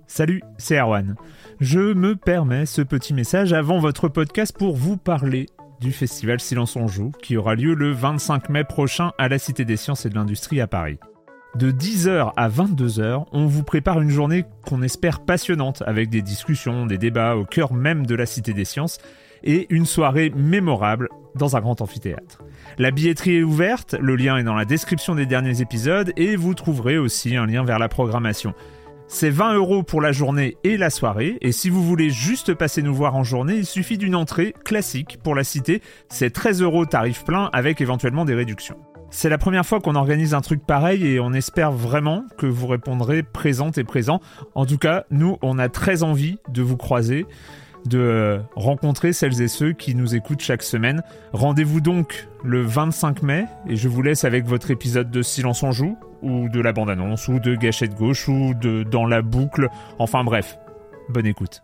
Salut, c'est Erwan. Je me permets ce petit message avant votre podcast pour vous parler du festival Silence on Joue qui aura lieu le 25 mai prochain à la Cité des Sciences et de l'Industrie à Paris. De 10h à 22h, on vous prépare une journée qu'on espère passionnante avec des discussions, des débats au cœur même de la Cité des Sciences et une soirée mémorable dans un grand amphithéâtre. La billetterie est ouverte, le lien est dans la description des derniers épisodes et vous trouverez aussi un lien vers la programmation. C'est 20 € pour la journée et la soirée, et si vous voulez juste passer nous voir en journée, il suffit d'une entrée classique pour la Cité, c'est 13 € tarif plein avec éventuellement des réductions. C'est la première fois qu'on organise un truc pareil et on espère vraiment que vous répondrez présentes et présents. En tout cas, nous, on a très envie de vous croiser, de rencontrer celles et ceux qui nous écoutent chaque semaine. Rendez-vous donc le 25 mai et je vous laisse avec votre épisode de Silence on Joue, ou de la bande-annonce, ou de Gâchette Gauche, ou de Dans la boucle. Enfin bref, bonne écoute.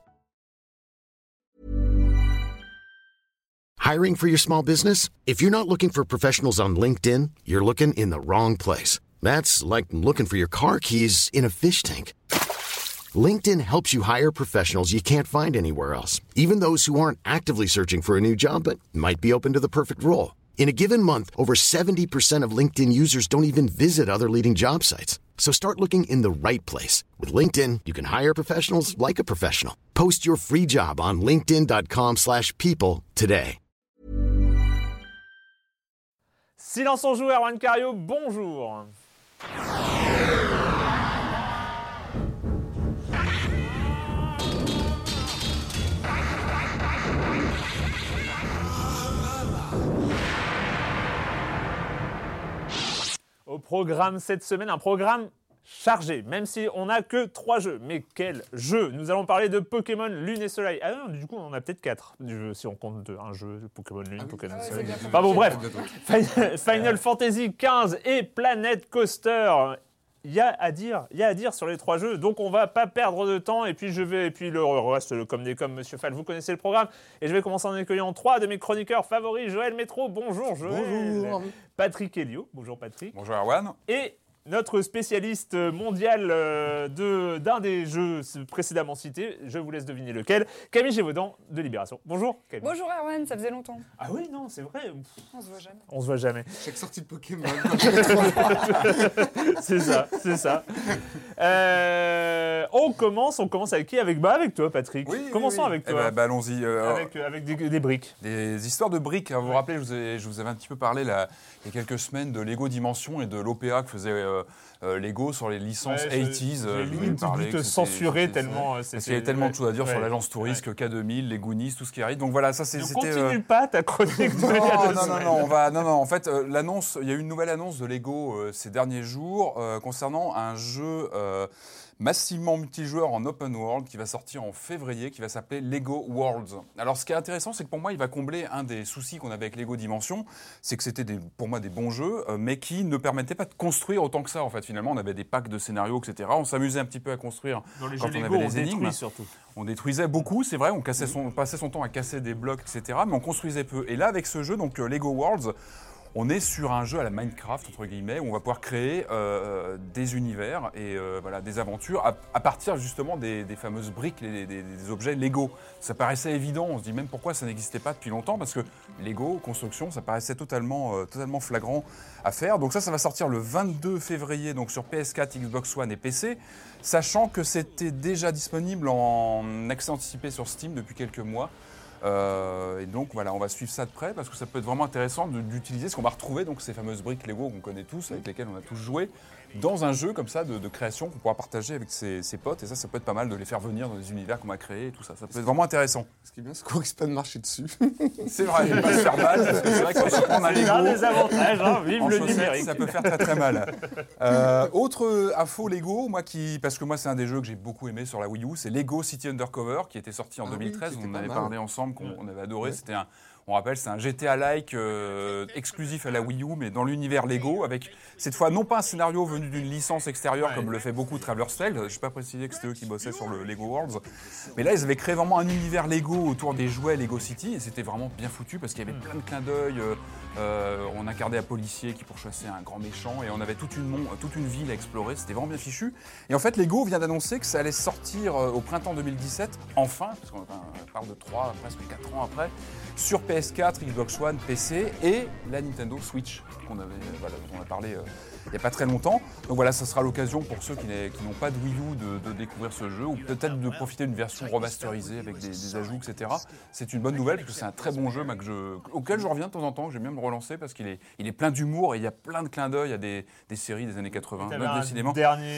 Hiring for your small business? If you're not looking for professionals on LinkedIn, you're looking in the wrong place. That's like looking for your car keys in a fish tank. LinkedIn helps you hire professionals you can't find anywhere else, even those who aren't actively searching for a new job but might be open to the perfect role. In a given month, over 70% of LinkedIn users don't even visit other leading job sites. So start looking in the right place. With LinkedIn, you can hire professionals like a professional. Post your free job on linkedin.com/people today. Silence on Joue, Erwan Cario, bonjour. Au programme cette semaine, un programme chargé, même si on n'a que 3 jeux. Mais quels jeux? Nous allons parler de Pokémon Lune et Soleil. Ah non, du coup, on en a peut-être 4 du jeu, si on compte un jeu de Pokémon Lune, Pokémon Soleil. Enfin bon, bref. Final Fantasy XV et Planet Coaster. Il y a à dire sur les 3 jeux, donc on va pas perdre de temps, et puis le reste, comme des comme Monsieur Fall, vous connaissez le programme, et je vais commencer en accueillant 3 de mes chroniqueurs favoris, Joël Métro, bonjour Joël. Bonjour. Patrick Helio, bonjour Patrick. Bonjour Erwan. Et notre spécialiste mondial d'un des jeux précédemment cités, je vous laisse deviner lequel, Camille Gévaudan de Libération. Bonjour Camille. Bonjour Erwan, ça faisait longtemps. Ah oui, non, c'est vrai. On se voit jamais. On se voit jamais. Chaque sortie de Pokémon. C'est ça. On commence avec qui? Avec toi Patrick. Oui, Commençons avec toi. Allons-y. Avec des briques. Des histoires de briques. Vous vous rappelez, je vous avais un petit peu parlé il y a quelques semaines de Lego Dimension et de l'OPA que faisait Lego sur les licences 80s. J'ai limite dû te censurer tellement. Parce qu'il y avait tellement de choses à dire sur l'agence touriste, K2000, les Goonies, tout ce qui arrive. Donc voilà, ça c'était. Ne continue pas ta chronique. Non. En fait, l'annonce, il y a eu une nouvelle annonce de Lego ces derniers jours concernant un jeu massivement multijoueur en open world qui va sortir en février, qui va s'appeler Lego Worlds. Alors, ce qui est intéressant, c'est que pour moi, il va combler un des soucis qu'on avait avec Lego Dimension, c'est que c'était pour moi des bons jeux, mais qui ne permettaient pas de construire autant que ça. En fait, finalement, on avait des packs de scénarios, etc. On s'amusait un petit peu à construire dans les quand jeux on Lego, avait les énigmes. Surtout. On détruisait beaucoup, c'est vrai, on passait son temps à casser des blocs, etc. Mais on construisait peu. Et là, avec ce jeu, donc Lego Worlds, on est sur un jeu à la Minecraft, entre guillemets, où on va pouvoir créer des univers et des aventures à partir justement des fameuses briques, des objets Lego. Ça paraissait évident, on se dit même pourquoi ça n'existait pas depuis longtemps, parce que Lego, construction, ça paraissait totalement flagrant à faire. Donc ça va sortir le 22 février donc sur PS4, Xbox One et PC, sachant que c'était déjà disponible en accès anticipé sur Steam depuis quelques mois. Et donc voilà, on va suivre ça de près parce que ça peut être vraiment intéressant d'utiliser ce qu'on va retrouver, donc ces fameuses briques Lego qu'on connaît tous, avec lesquelles on a tous joué, dans un jeu comme ça de création qu'on pourra partager avec ses potes. Et ça peut être pas mal de les faire venir dans des univers qu'on va créer et tout ça. Ça peut être vraiment intéressant. Ce qui est bien, c'est qu'on risque pas de marcher dessus. C'est vrai, il ne pas se faire mal, parce que c'est vrai que quand on a Lego, un des avantages, vive le numérique. Ça peut faire très très mal. Autre info Lego, parce que moi c'est un des jeux que j'ai beaucoup aimé sur la Wii U, c'est Lego City Undercover qui était sorti en 2013. On en avait parlé ensemble, qu'on avait adoré. C'était On rappelle, c'est un GTA-like exclusif à la Wii U, mais dans l'univers Lego, avec cette fois non pas un scénario venu d'une licence extérieure comme le fait beaucoup Traveler's Tales. Je n'ai pas précisé que c'était eux qui bossaient sur le Lego Worlds, mais là ils avaient créé vraiment un univers Lego autour des jouets Lego City, et c'était vraiment bien foutu parce qu'il y avait plein de clins d'œil. On incarnait un policier qui pourchassait un grand méchant, et on avait toute une ville à explorer. C'était vraiment bien fichu. Et en fait, Lego vient d'annoncer que ça allait sortir au printemps 2017, enfin, parce qu'on parle de 3, presque 4 ans après, sur PS4, Xbox One, PC et la Nintendo Switch, dont on a parlé il n'y a pas très longtemps. Donc voilà, ça sera l'occasion pour ceux qui n'ont pas de Wii U de découvrir ce jeu, ou peut-être de profiter d'une version remasterisée avec des ajouts, etc. C'est une bonne nouvelle, parce que c'est un très bon jeu auquel je reviens de temps en temps. J'aime bien me relancer parce qu'il est plein d'humour, et il y a plein de clins d'œil à des séries des années 80, même décidément.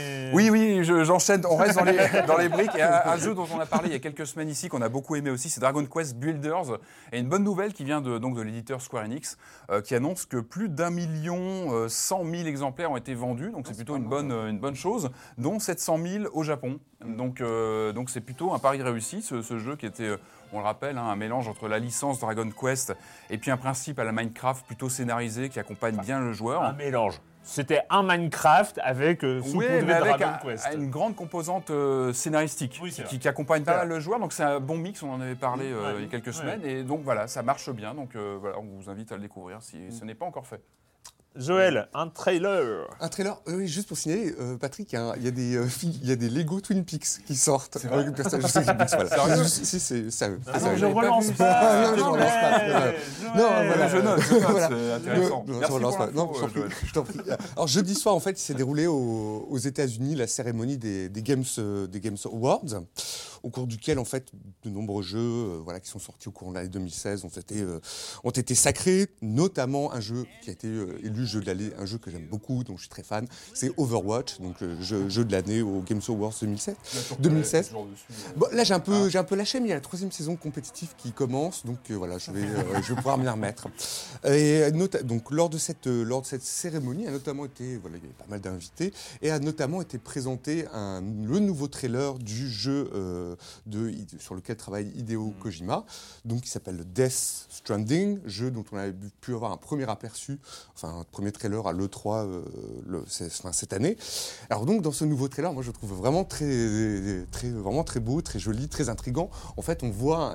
Oui, j'enchaîne, on reste dans les briques. Et un jeu dont on a parlé il y a quelques semaines ici, qu'on a beaucoup aimé aussi, c'est Dragon Quest Builders. Et une bonne nouvelle qui vient de l'éditeur Square Enix, qui annonce que plus d'1,1 million exemplaires ont été vendus, donc c'est plutôt une bonne chose, dont 700 000 au Japon. Donc c'est plutôt un pari réussi, ce jeu qui était, on le rappelle, un mélange entre la licence Dragon Quest et puis un principe à la Minecraft plutôt scénarisé qui accompagne bien le joueur. Un mélange. C'était un Minecraft avec saupoudré Dragon Quest. Une grande composante scénaristique qui accompagne pas mal le joueur. Donc c'est un bon mix, on en avait parlé il y a quelques semaines. Et donc voilà, ça marche bien. Donc voilà, on vous invite à le découvrir si ce n'est pas encore fait. Joël, un trailer. Un trailer, oui, juste pour signaler, Patrick, il y a des Lego Twin Peaks qui sortent. C'est vrai. Je sais que c'est ça. Je relance pas. Non, je relance pas. Non, voilà. Je note, c'est intéressant. Non, Merci je relance pour pas. Non, l'info, Joël. je t'en prie. Alors jeudi soir, en fait, il s'est déroulé aux États-Unis la cérémonie des Games Awards, au cours duquel, en fait, de nombreux jeux qui sont sortis au cours de l'année 2016 ont été sacrés, notamment un jeu qui a été élu jeu de l'année, un jeu que j'aime beaucoup, dont je suis très fan, c'est Overwatch, donc jeu de l'année au Games Awards 2016. Bon, là, j'ai un peu lâché, mais il y a la 3e saison compétitive qui commence, donc voilà, je vais pouvoir m'y remettre. Et donc lors de cette cérémonie, a notamment été, il y avait pas mal d'invités, et a notamment été présenté le nouveau trailer du jeu sur lequel travaille Hideo Kojima, donc qui s'appelle Death Stranding, jeu dont on avait pu avoir un premier aperçu, enfin un premier trailer à l'E3 cette année. Alors donc dans ce nouveau trailer, moi je le trouve vraiment vraiment très beau, très joli, très intriguant. En fait, on voit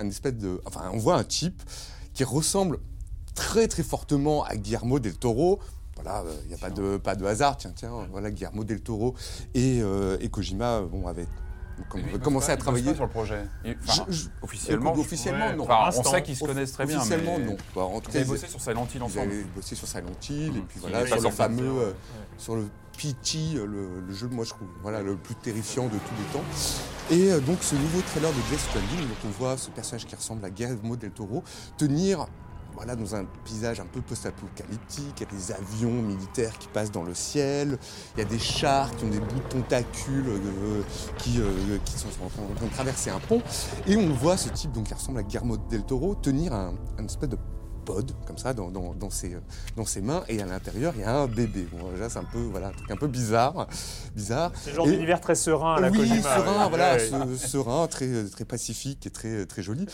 un type qui ressemble très très fortement à Guillermo del Toro. Voilà, il n'y a pas de hasard. Tiens, voilà, Guillermo del Toro et Kojima avaient commencé à travailler pas sur le projet. Officiellement, non. Enfin, on sait qu'ils se connaissent très bien. Officiellement, mais non. En tout ils cas, avaient bossé sur Silent Hill ils ensemble. avaient bossé sur Silent Hill, et puis Qui voilà, est sur pas le sorti. fameux, sur le PT, le jeu, moi je trouve, le plus terrifiant de tous les temps. Et donc ce nouveau trailer de Death Stranding, donc on voit ce personnage qui ressemble à Guillermo del Toro tenir dans un paysage un peu post-apocalyptique. Il y a des avions militaires qui passent dans le ciel, il y a des chars qui ont des bouts de tentacules qui sont en train de traverser un pont, et on voit ce type donc, qui ressemble à Guillermo del Toro tenir un espèce de pod comme ça dans ses mains, et à l'intérieur il y a un bébé. Bon, déjà c'est un truc un peu bizarre. C'est le genre d'univers très serein à la oui, Kojima. Serein, très très pacifique et très très joli.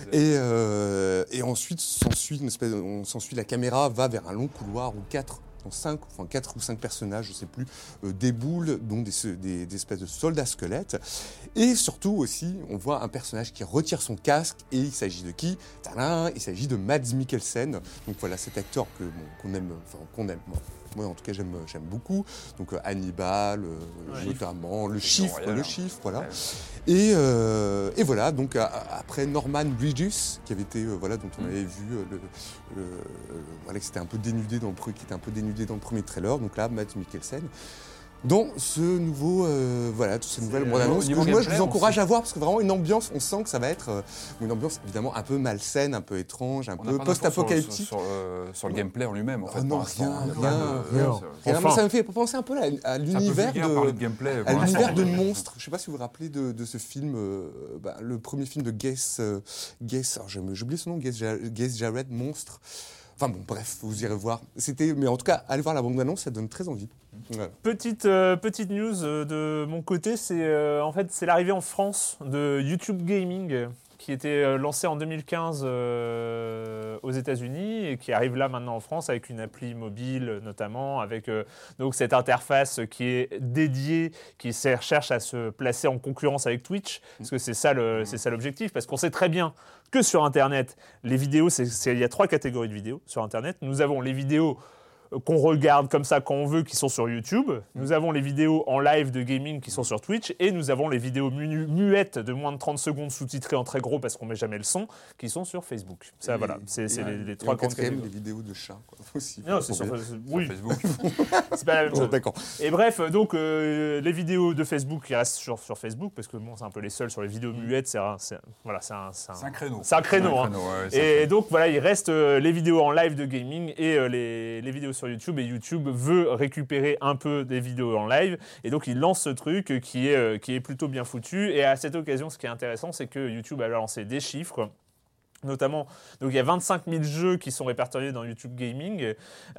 Et ensuite s'ensuit la caméra va vers un long couloir où 4 ou 5 personnages, je ne sais plus, déboulent, dont des espèces de soldats squelettes. Et surtout aussi, on voit un personnage qui retire son casque, et il s'agit de qui ? Tadam ! Il s'agit de Mads Mikkelsen. Donc voilà, cet acteur qu'on aime. Moi, en tout cas, j'aime beaucoup. Donc Hannibal, notamment, le chiffre, voilà. Et voilà, donc après Norman Reedus, qui avait été, dont on avait vu, que c'était un peu dénudé qui était un peu dénudé dans le premier trailer. Donc là, Mads Mikkelsen. Dans ce nouveau, toute cette nouvelle bande-annonce que moi je vous encourage à voir, parce que vraiment une ambiance, on sent que ça va être une ambiance évidemment un peu malsaine, un peu étrange, un peu post-apocalyptique. Sur le gameplay en lui-même, en fait. Non, rien. Enfin. Ça me fait penser un peu à l'univers de monstres. Je ne sais pas si vous vous rappelez de ce film, le premier film de Guess, j'ai oublié son nom, Guess Jared, Monstre. Enfin bon, bref, vous irez voir. Mais en tout cas, allez voir la bande-annonce, ça donne très envie. Voilà. Petite news de mon côté, c'est l'arrivée en France de YouTube Gaming qui était lancé en 2015 aux États-Unis et qui arrive là maintenant en France avec une appli mobile notamment, avec donc cette interface qui est dédiée, qui cherche à se placer en concurrence avec Twitch, parce que c'est ça l'objectif, parce qu'on sait très bien que sur Internet, les vidéos, il y a 3 catégories de vidéos sur Internet. Nous avons les vidéos qu'on regarde comme ça quand on veut, qui sont sur YouTube. Nous avons les vidéos en live de gaming qui sont sur Twitch. Et nous avons les vidéos muettes de moins de 30 secondes sous-titrées en très gros parce qu'on met jamais le son, qui sont sur Facebook. Ça, voilà, c'est les 3 grandes catégories. Les vidéos de chats, quoi, aussi. Non, c'est sur Facebook. C'est pas la même chose. D'accord. Et bref, donc les vidéos de Facebook qui restent sur Facebook, parce que bon, c'est un peu les seuls sur les vidéos muettes. C'est un créneau. C'est un créneau. Ouais, et donc voilà, il reste les vidéos en live de gaming et les vidéos sur YouTube, et YouTube veut récupérer un peu des vidéos en live, et donc il lance ce truc qui est plutôt bien foutu. Et à cette occasion, ce qui est intéressant, c'est que YouTube a lancé des chiffres. Notamment, donc il y a 25 000 jeux qui sont répertoriés dans YouTube Gaming. C'est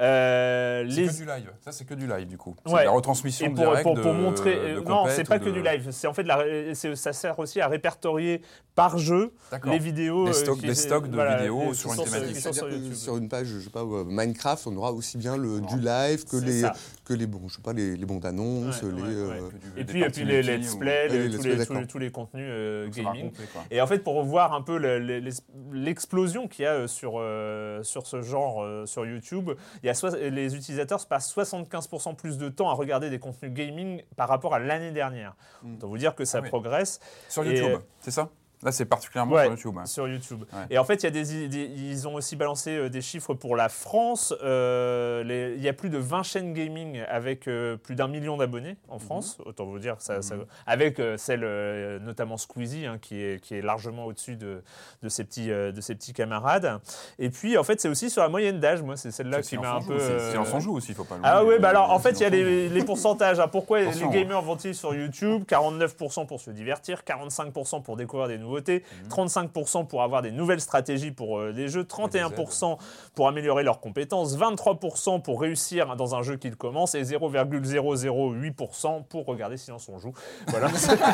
que du live. Ça, c'est que du live, du coup. C'est de la retransmission directe pour montrer. Non, c'est pas que du live. C'est en fait ça sert aussi à répertorier par jeu les vidéos. Des stocks de vidéos sur une thématique. Sur une page, je sais pas, Minecraft, on aura aussi bien du live que les bandes annonces, et puis les let's play, tous les contenus gaming. Et en fait, pour voir un peu l'explosion qu'il y a sur ce genre sur YouTube, les utilisateurs passent 75% plus de temps à regarder des contenus gaming par rapport à l'année dernière. Autant vous dire que ça progresse. Sur YouTube, c'est ça ? Là, c'est particulièrement sur YouTube. Sur YouTube. Ouais. Et en fait, ils ont aussi balancé des chiffres pour la France. Il y a plus de 20 chaînes gaming avec plus d'1 million d'abonnés en France. Autant vous dire, avec celle notamment Squeezie, qui est largement au-dessus de ses petits camarades. Et puis, en fait, c'est aussi sur la moyenne d'âge. Moi, c'est celle-là qui m'a un peu... Silence on joue aussi, il ne faut pas le Ah oui, alors en fait, il y a les pourcentages. Pourquoi les gamers vont-ils sur YouTube ? 49% pour se divertir, 45% pour découvrir des nouveautés, 35% pour avoir des nouvelles stratégies pour les jeux, 31% pour améliorer leurs compétences, 23% pour réussir dans un jeu qu'ils commencent et 0,008% pour regarder Silence on joue. Voilà.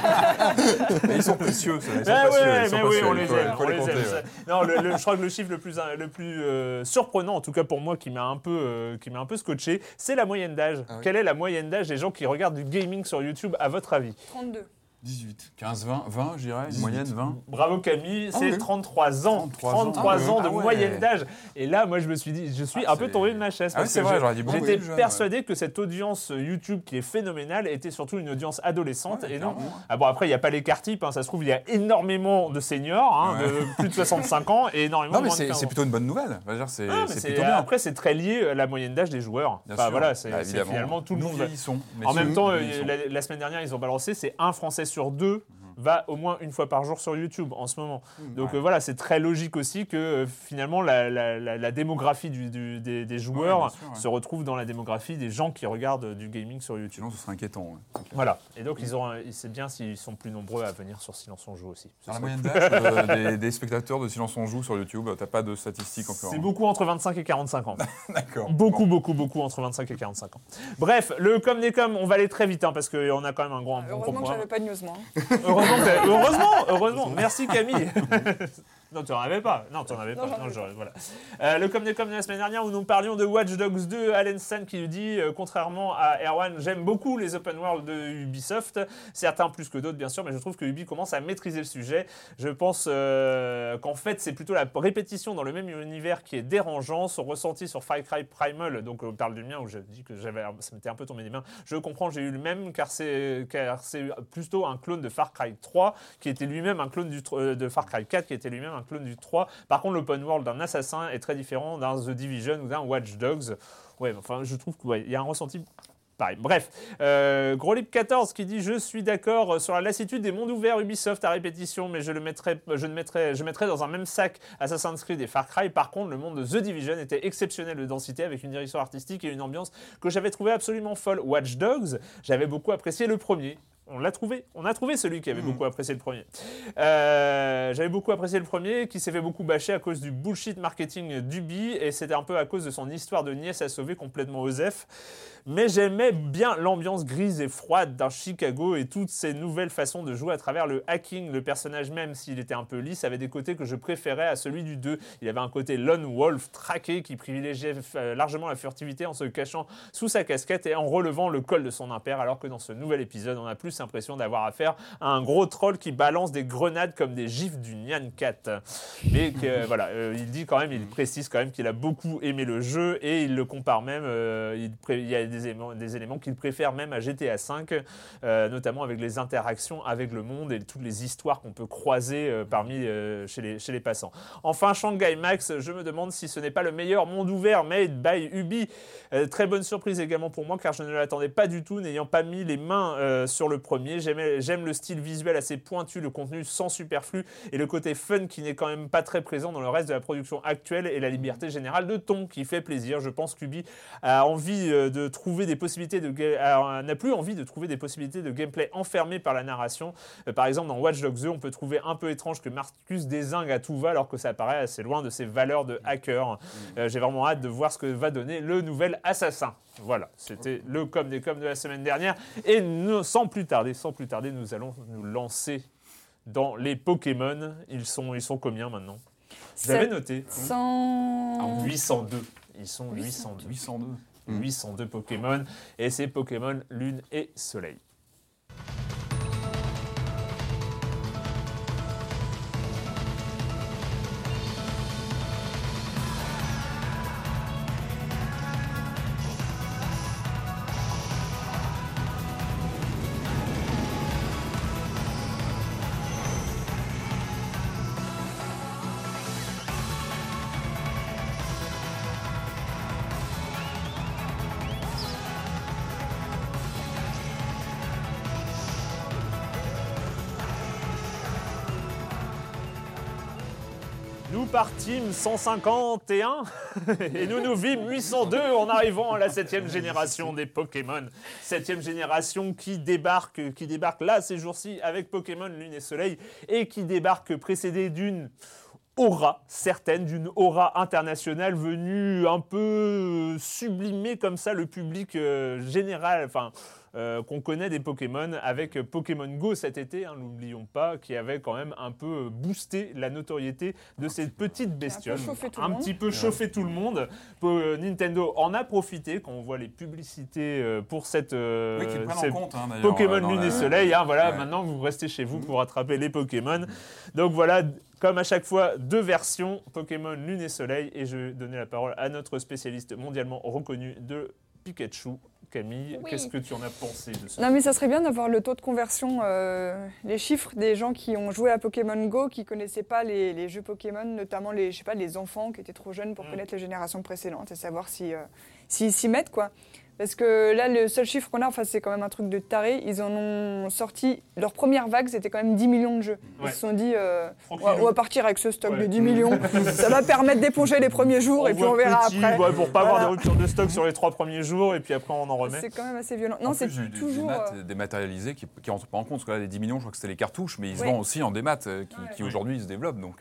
Ils sont précieux, ça. On les aime. Non, je crois que le chiffre le plus surprenant, en tout cas pour moi, qui m'a un peu scotché, c'est la moyenne d'âge. Ah oui. Quelle est la moyenne d'âge des gens qui regardent du gaming sur YouTube, à votre avis ? 32. 18, 15, 20, je dirais, une moyenne 20. Bravo Camille, c'est oui. 33 ans. 33 ans de moyenne d'âge. Et là, moi, je me suis dit, je suis un peu tombé de ma chaise. Ah oui, c'est vrai, j'aurais dit beaucoup j'étais plus jeune, persuadé que cette audience YouTube qui est phénoménale était surtout une audience adolescente. Ouais, et non. clairement. Ah bon, après, il n'y a pas l'écart type. Ça se trouve, il y a énormément de seniors, de plus de 65 ans et énormément Non, mais de moins de 15 ans. c'est plutôt une bonne nouvelle. C'est plutôt bien. Après, c'est très lié à la moyenne d'âge des joueurs. Bien sûr. Voilà, c'est Évidemment. finalement tout le Nous monde. vieillissons. En même temps, vieillissons. la semaine dernière, ils ont balancé, c'est un Français sur 2 va au moins une fois par jour sur YouTube en ce moment. Donc voilà, c'est très logique aussi que finalement la démographie des joueurs se retrouve dans la démographie des gens qui regardent du gaming sur YouTube. Sinon, ce serait inquiétant. Voilà. Et donc, c'est bien s'ils sont plus nombreux à venir sur Silence on joue aussi. La moyenne d'âge des spectateurs de Silence on joue sur YouTube, t'as pas de statistiques encore. C'est beaucoup entre 25 et 45 ans. D'accord. Beaucoup entre 25 et 45 ans. Bref, le com des com, on va aller très vite parce qu'on a quand même un bon Heureusement que j'avais pas de news, moi. Heureusement. Merci Camille. Non, tu n'en avais pas. Non, voilà. Le com des com de la semaine dernière où nous parlions de Watch Dogs 2, Alan Stan qui nous dit contrairement à Erwan, j'aime beaucoup les open world de Ubisoft, certains plus que d'autres bien sûr, mais je trouve que Ubi commence à maîtriser le sujet. Je pense qu'en fait c'est plutôt la répétition dans le même univers qui est dérangeant. Son ressenti sur Far Cry Primal, donc on parle du mien où j'ai dit que ça m'était un peu tombé des mains. Je comprends, j'ai eu le même car c'est plutôt un clone de Far Cry 3 qui était lui-même un clone de Far Cry 4 qui était lui-même un clone du 3. Par contre, l'open world d'un Assassin est très différent d'un The Division ou d'un Watch Dogs. Ouais, enfin, je trouve qu'il y a un ressenti pareil. Bref, Grolip14 qui dit « Je suis d'accord sur la lassitude des mondes ouverts Ubisoft à répétition, mais je mettrais dans un même sac Assassin's Creed et Far Cry. Par contre, le monde de The Division était exceptionnel de densité avec une direction artistique et une ambiance que j'avais trouvé absolument folle. Watch Dogs, j'avais beaucoup apprécié le premier. » On l'a trouvé. On a trouvé celui qui avait beaucoup apprécié le premier. J'avais beaucoup apprécié le premier, qui s'est fait beaucoup bâcher à cause du bullshit marketing d'Ubi, et c'était un peu à cause de son histoire de nièce à sauver complètement osef. Mais j'aimais bien l'ambiance grise et froide d'un Chicago et toutes ces nouvelles façons de jouer à travers le hacking. Le personnage, même s'il était un peu lisse, avait des côtés que je préférais à celui du 2. Il avait un côté lone wolf traqué qui privilégiait largement la furtivité en se cachant sous sa casquette et en relevant le col de son impair, alors que dans ce nouvel épisode, on a plus l'impression d'avoir affaire à un gros troll qui balance des grenades comme des gifs du Nyan Cat. Mais voilà, il précise quand même qu'il a beaucoup aimé le jeu et il le compare même, il y a des éléments qu'il préfère même à GTA V, notamment avec les interactions avec le monde et toutes les histoires qu'on peut croiser chez les passants. Enfin, Shanghai Max, je me demande si ce n'est pas le meilleur monde ouvert made by Ubi. Très bonne surprise également pour moi, car je ne l'attendais pas du tout, n'ayant pas mis les mains sur le premier. J'aime le style visuel assez pointu, le contenu sans superflu et le côté fun qui n'est quand même pas très présent dans le reste de la production actuelle, et la liberté générale de ton qui fait plaisir. Je pense qu'Ubi a envie de trouver des possibilités n'a plus envie de trouver des possibilités de gameplay enfermées par la narration. Par exemple, dans Watch Dogs 2, on peut trouver un peu étrange que Marcus dézingue à tout va, alors que ça paraît assez loin de ses valeurs de hacker. J'ai vraiment hâte de voir ce que va donner le nouvel Assassin. Voilà, c'était le com des coms de la semaine dernière. Et sans plus tarder, nous allons nous lancer dans les Pokémon. Ils sont combien maintenant ? Je l'avais noté. 802. Ils sont 802. 802 Pokémon, et c'est Pokémon Lune et Soleil. Nous partîmes 151 et nous vîmes 802 en arrivant à la 7e génération des Pokémon. 7e génération qui débarque là ces jours-ci avec Pokémon Lune et Soleil, et qui débarque précédée d'une aura certaine, d'une aura internationale venue un peu sublimer comme ça le public général, qu'on connaît des Pokémon, avec Pokémon Go cet été, n'oublions pas, qui avait quand même un peu boosté la notoriété de ces petites bestioles. Un petit peu chauffé tout le monde. Nintendo en a profité quand on voit les publicités pour cette qu'ils prennent en compte, Pokémon Lune et Soleil. Maintenant vous restez chez vous pour attraper les Pokémon. Donc voilà, comme à chaque fois, 2 versions, Pokémon Lune et Soleil, et je vais donner la parole à notre spécialiste mondialement reconnu de Pikachu. Camille, qu'est-ce que tu en as pensé de ça ? Non, mais ça serait bien d'avoir le taux de conversion, les chiffres des gens qui ont joué à Pokémon Go, qui ne connaissaient pas les jeux Pokémon, notamment les enfants qui étaient trop jeunes pour connaître les générations précédentes, et savoir s'ils s'y mettent, quoi. Parce que là, le seul chiffre qu'on a, c'est quand même un truc de taré. Ils en ont sorti, leur première vague, c'était quand même 10 millions de jeux. Ils se sont dit, on va partir avec ce stock de 10 millions. Ça va permettre d'éponger les premiers jours, et puis on verra après. Pour pas avoir des ruptures de stock sur les 3 premiers jours, et puis après on en remet. C'est quand même assez violent. Non, c'est toujours... Des dématérialisés qui ne rentrent pas en compte, parce que là, les 10 millions, je crois que c'était les cartouches, mais ils se vendent aussi en démat, qui aujourd'hui se développent. Donc,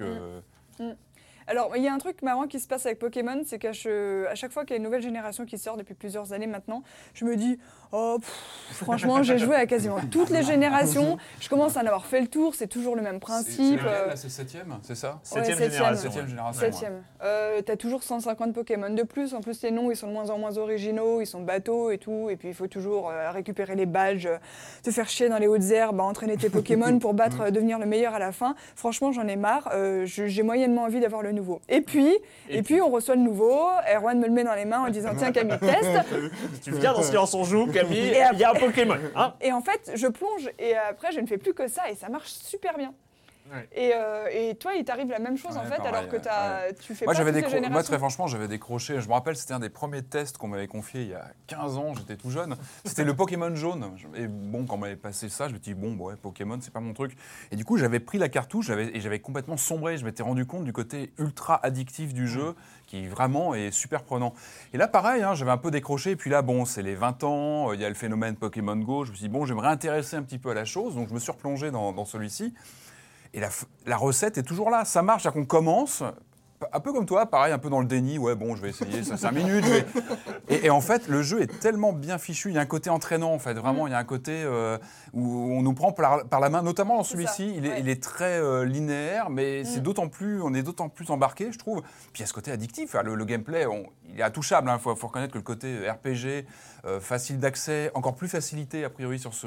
Alors, il y a un truc marrant qui se passe avec Pokémon, c'est qu'à chaque fois qu'il y a une nouvelle génération qui sort depuis plusieurs années maintenant, je me dis, franchement, j'ai joué à quasiment toutes les générations, je commence à en avoir fait le tour, c'est toujours le même principe. C'est 7e, c'est ça ? 7e génération. 7e génération. 7e. T'as toujours 150 Pokémon de plus, en plus les noms ils sont de moins en moins originaux, ils sont bateaux et tout, et puis il faut toujours récupérer les badges, te faire chier dans les hautes herbes, entraîner tes Pokémon pour devenir le meilleur à la fin. Franchement, j'en ai marre, j'ai moyennement envie d'avoir le nouveau. Et puis, on reçoit le nouveau, Erwan me le met dans les mains en disant tiens Camille, teste. Tu viens dans Silence on joue, Camille, il y a un Pokémon. Et en fait, je plonge et après je ne fais plus que ça et ça marche super bien. Et toi, il t'arrive la même chose en fait, pareil, alors que tu fais Moi, pas toutes les moi, générations. très franchement, j'avais décroché. Je me rappelle, c'était un des premiers tests qu'on m'avait confié il y a 15 ans. J'étais tout jeune. C'était le Pokémon jaune. Et bon, quand on m'avait passé ça, je me suis dit, bon, ouais, Pokémon, c'est pas mon truc. Et du coup, j'avais pris la cartouche et j'avais complètement sombré. Je m'étais rendu compte du côté ultra addictif du jeu, qui vraiment est super prenant. Et là, pareil, j'avais un peu décroché. Et puis là, bon, c'est les 20 ans. Il y a le phénomène Pokémon Go. Je me suis dit, bon, je vais me réintéresser un petit peu à la chose. Donc, je me suis replongé dans celui-ci. Et la recette est toujours là, ça marche, c'est-à-dire qu'on commence, un peu comme toi, pareil, un peu dans le déni, ouais bon, je vais essayer, ça 5 minutes. Et en fait, le jeu est tellement bien fichu, il y a un côté entraînant en fait, vraiment, il y a un côté où on nous prend par la main, notamment dans celui-ci, il est très linéaire, mais on est d'autant plus embarqué, je trouve. Puis il y a ce côté addictif, le gameplay, il est intouchable, il faut reconnaître que le côté RPG, facile d'accès, encore plus facilité a priori sur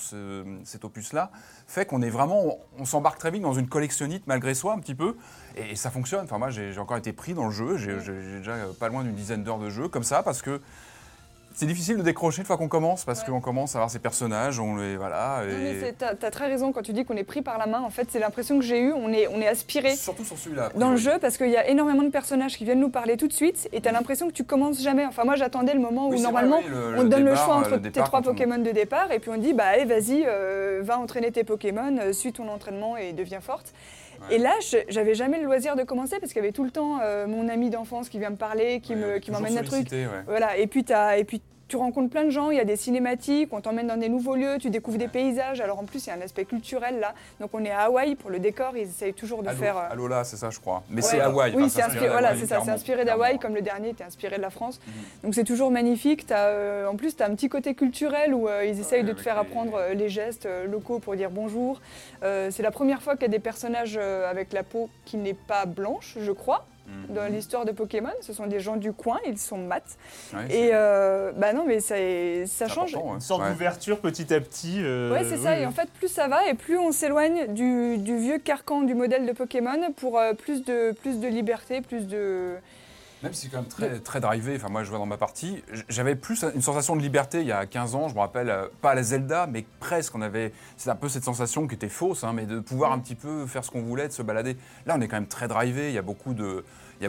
cet opus-là, fait qu'on est vraiment, on s'embarque très vite dans une collectionnite malgré soi un petit peu, et ça fonctionne. Enfin moi j'ai encore été pris dans le jeu, j'ai déjà pas loin d'une dizaine d'heures de jeu comme ça, parce que c'est difficile de décrocher une fois qu'on commence, parce qu'on commence à voir ces personnages, on les voilà. Non, mais t'as très raison quand tu dis qu'on est pris par la main. En fait, c'est l'impression que j'ai eue. On est aspiré. Surtout sur celui-là. Dans le jeu, parce qu'il y a énormément de personnages qui viennent nous parler tout de suite, et t'as l'impression que tu commences jamais. Enfin, moi, j'attendais le moment où normalement on te donne le choix entre tes 3 Pokémon de départ, et puis on te dit, bah allez, vas-y, va entraîner tes Pokémon, suis ton entraînement et deviens forte. Ouais. Et là, j'avais jamais le loisir de commencer parce qu'il y avait tout le temps mon ami d'enfance qui vient me parler, qui m'emmène un truc. Voilà. Et puis tu rencontres plein de gens, il y a des cinématiques, on t'emmène dans des nouveaux lieux, tu découvres des paysages. Alors en plus, il y a un aspect culturel là. Donc on est à Hawaï pour le décor, ils essayent toujours de faire. Alola, c'est ça, je crois. Mais c'est Hawaï. Oui, c'est inspiré. Voilà, c'est ça. C'est inspiré d'Hawaï, comme le dernier était inspiré de la France. Donc c'est toujours magnifique. En plus, tu as un petit côté culturel où ils essayent de te faire apprendre les gestes locaux pour dire bonjour. C'est la première fois qu'il y a des personnages avec la peau qui n'est pas blanche, je crois. Dans l'histoire de Pokémon, ce sont des gens du coin, ils sont mat. Et non, mais ça change. Une sorte d'ouverture petit à petit. Ouais, c'est ça. Et en fait, plus ça va, et plus on s'éloigne du vieux carcan du modèle de Pokémon pour plus de liberté, plus de. Même si c'est quand même très, très drivé, enfin moi je vois dans ma partie, j'avais plus une sensation de liberté il y a 15 ans, je me rappelle, pas à la Zelda, mais presque, c'est un peu cette sensation qui était fausse, mais de pouvoir un petit peu faire ce qu'on voulait, de se balader. Là on est quand même très drivé, il y a beaucoup de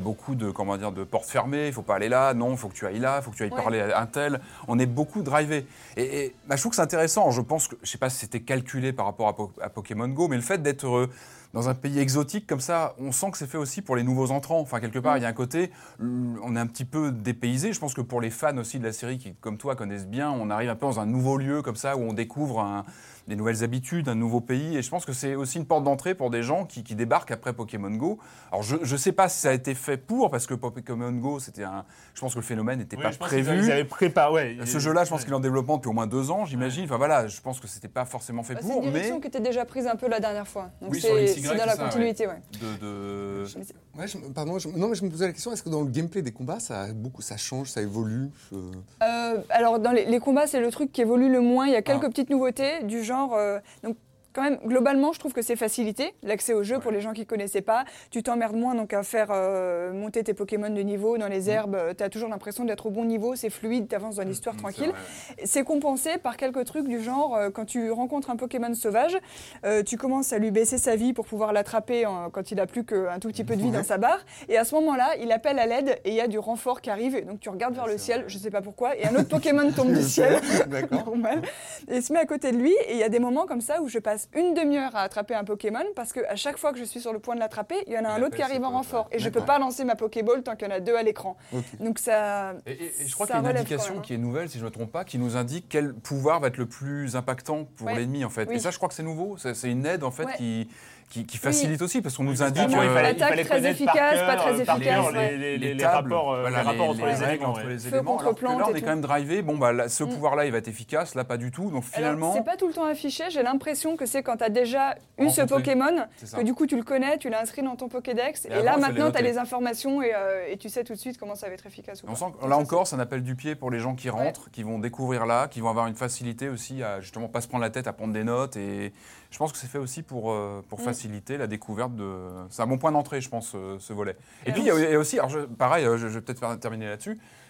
de portes fermées, il faut pas aller là, non, il faut que tu ailles là, il faut que tu ailles parler à un tel, on est beaucoup drivé. Et je trouve que c'est intéressant, je pense que, je sais pas si c'était calculé par rapport à Pokémon Go, mais le fait d'être dans un pays exotique comme ça, on sent que c'est fait aussi pour les nouveaux entrants. Enfin, quelque part, il y a un côté, on est un petit peu dépaysé. Je pense que pour les fans aussi de la série qui, comme toi, connaissent bien, on arrive un peu dans un nouveau lieu comme ça où on découvre des nouvelles habitudes, un nouveau pays. Et je pense que c'est aussi une porte d'entrée pour des gens qui débarquent après Pokémon Go. Alors, je ne sais pas si ça a été fait parce que Pokémon Go, je pense que le phénomène n'était pas prévu. Ils avaient préparé. Ce jeu-là, je pense qu'il est en développement depuis au moins 2 ans, j'imagine. Enfin voilà, je pense que c'était pas forcément fait pour. C'est une direction qui était déjà prise un peu la dernière fois. Donc oui, c'est dans la continuité, mais je me posais la question, est-ce que dans le gameplay des combats, ça change, ça évolue Alors, dans les combats, c'est le truc qui évolue le moins. Il y a quelques petites nouveautés du genre. Donc, quand même, globalement, je trouve que c'est facilité, l'accès au jeu pour les gens qui ne connaissaient pas. Tu t'emmerdes moins donc à faire monter tes Pokémon de niveau dans les herbes. Tu as toujours l'impression d'être au bon niveau, c'est fluide, tu avances dans l'histoire tranquille. C'est compensé par quelques trucs du genre, quand tu rencontres un Pokémon sauvage, tu commences à lui baisser sa vie pour pouvoir l'attraper quand il n'a plus qu'un tout petit peu de vie dans sa barre. Et à ce moment-là, il appelle à l'aide et il y a du renfort qui arrive. Donc tu regardes vers le ciel, je ne sais pas pourquoi, et un autre Pokémon tombe du ciel, normal, et se met à côté de lui. Et il y a des moments comme ça où je passe une demi-heure à attraper un Pokémon parce qu'à chaque fois que je suis sur le point de l'attraper, il y en a un autre qui arrive en renfort et je ne peux pas lancer ma Pokéball tant qu'il y en a 2 à l'écran. Donc ça. Et je crois qu'il y a une indication qui est nouvelle, si je ne me trompe pas, qui nous indique quel pouvoir va être le plus impactant pour l'ennemi en fait. Et ça, je crois que c'est nouveau. C'est une aide en fait qui facilite aussi parce qu'on nous indique l'attaque très efficace, pas très efficace. Les rapports entre les éléments. Alors que là, on est quand même drivé. Bon, ce pouvoir-là, il va être efficace. Là, pas du tout. Donc finalement. C'est pas tout le temps affiché. J'ai l'impression que c'est quand tu as déjà eu ce Pokémon que du coup tu le connais, tu l'as inscrit dans ton Pokédex. Et là, maintenant, tu as les informations et tu sais tout de suite comment ça va être efficace. On sent que là encore, ça n'appelle du pied pour les gens qui rentrent, qui vont découvrir là, qui vont avoir une facilité aussi à justement pas se prendre la tête à prendre des notes. Et je pense que c'est fait aussi pour faciliter la découverte c'est un bon point d'entrée, je pense, ce volet. Et puis il y a aussi, alors pareil, je vais peut-être terminer là-dessus.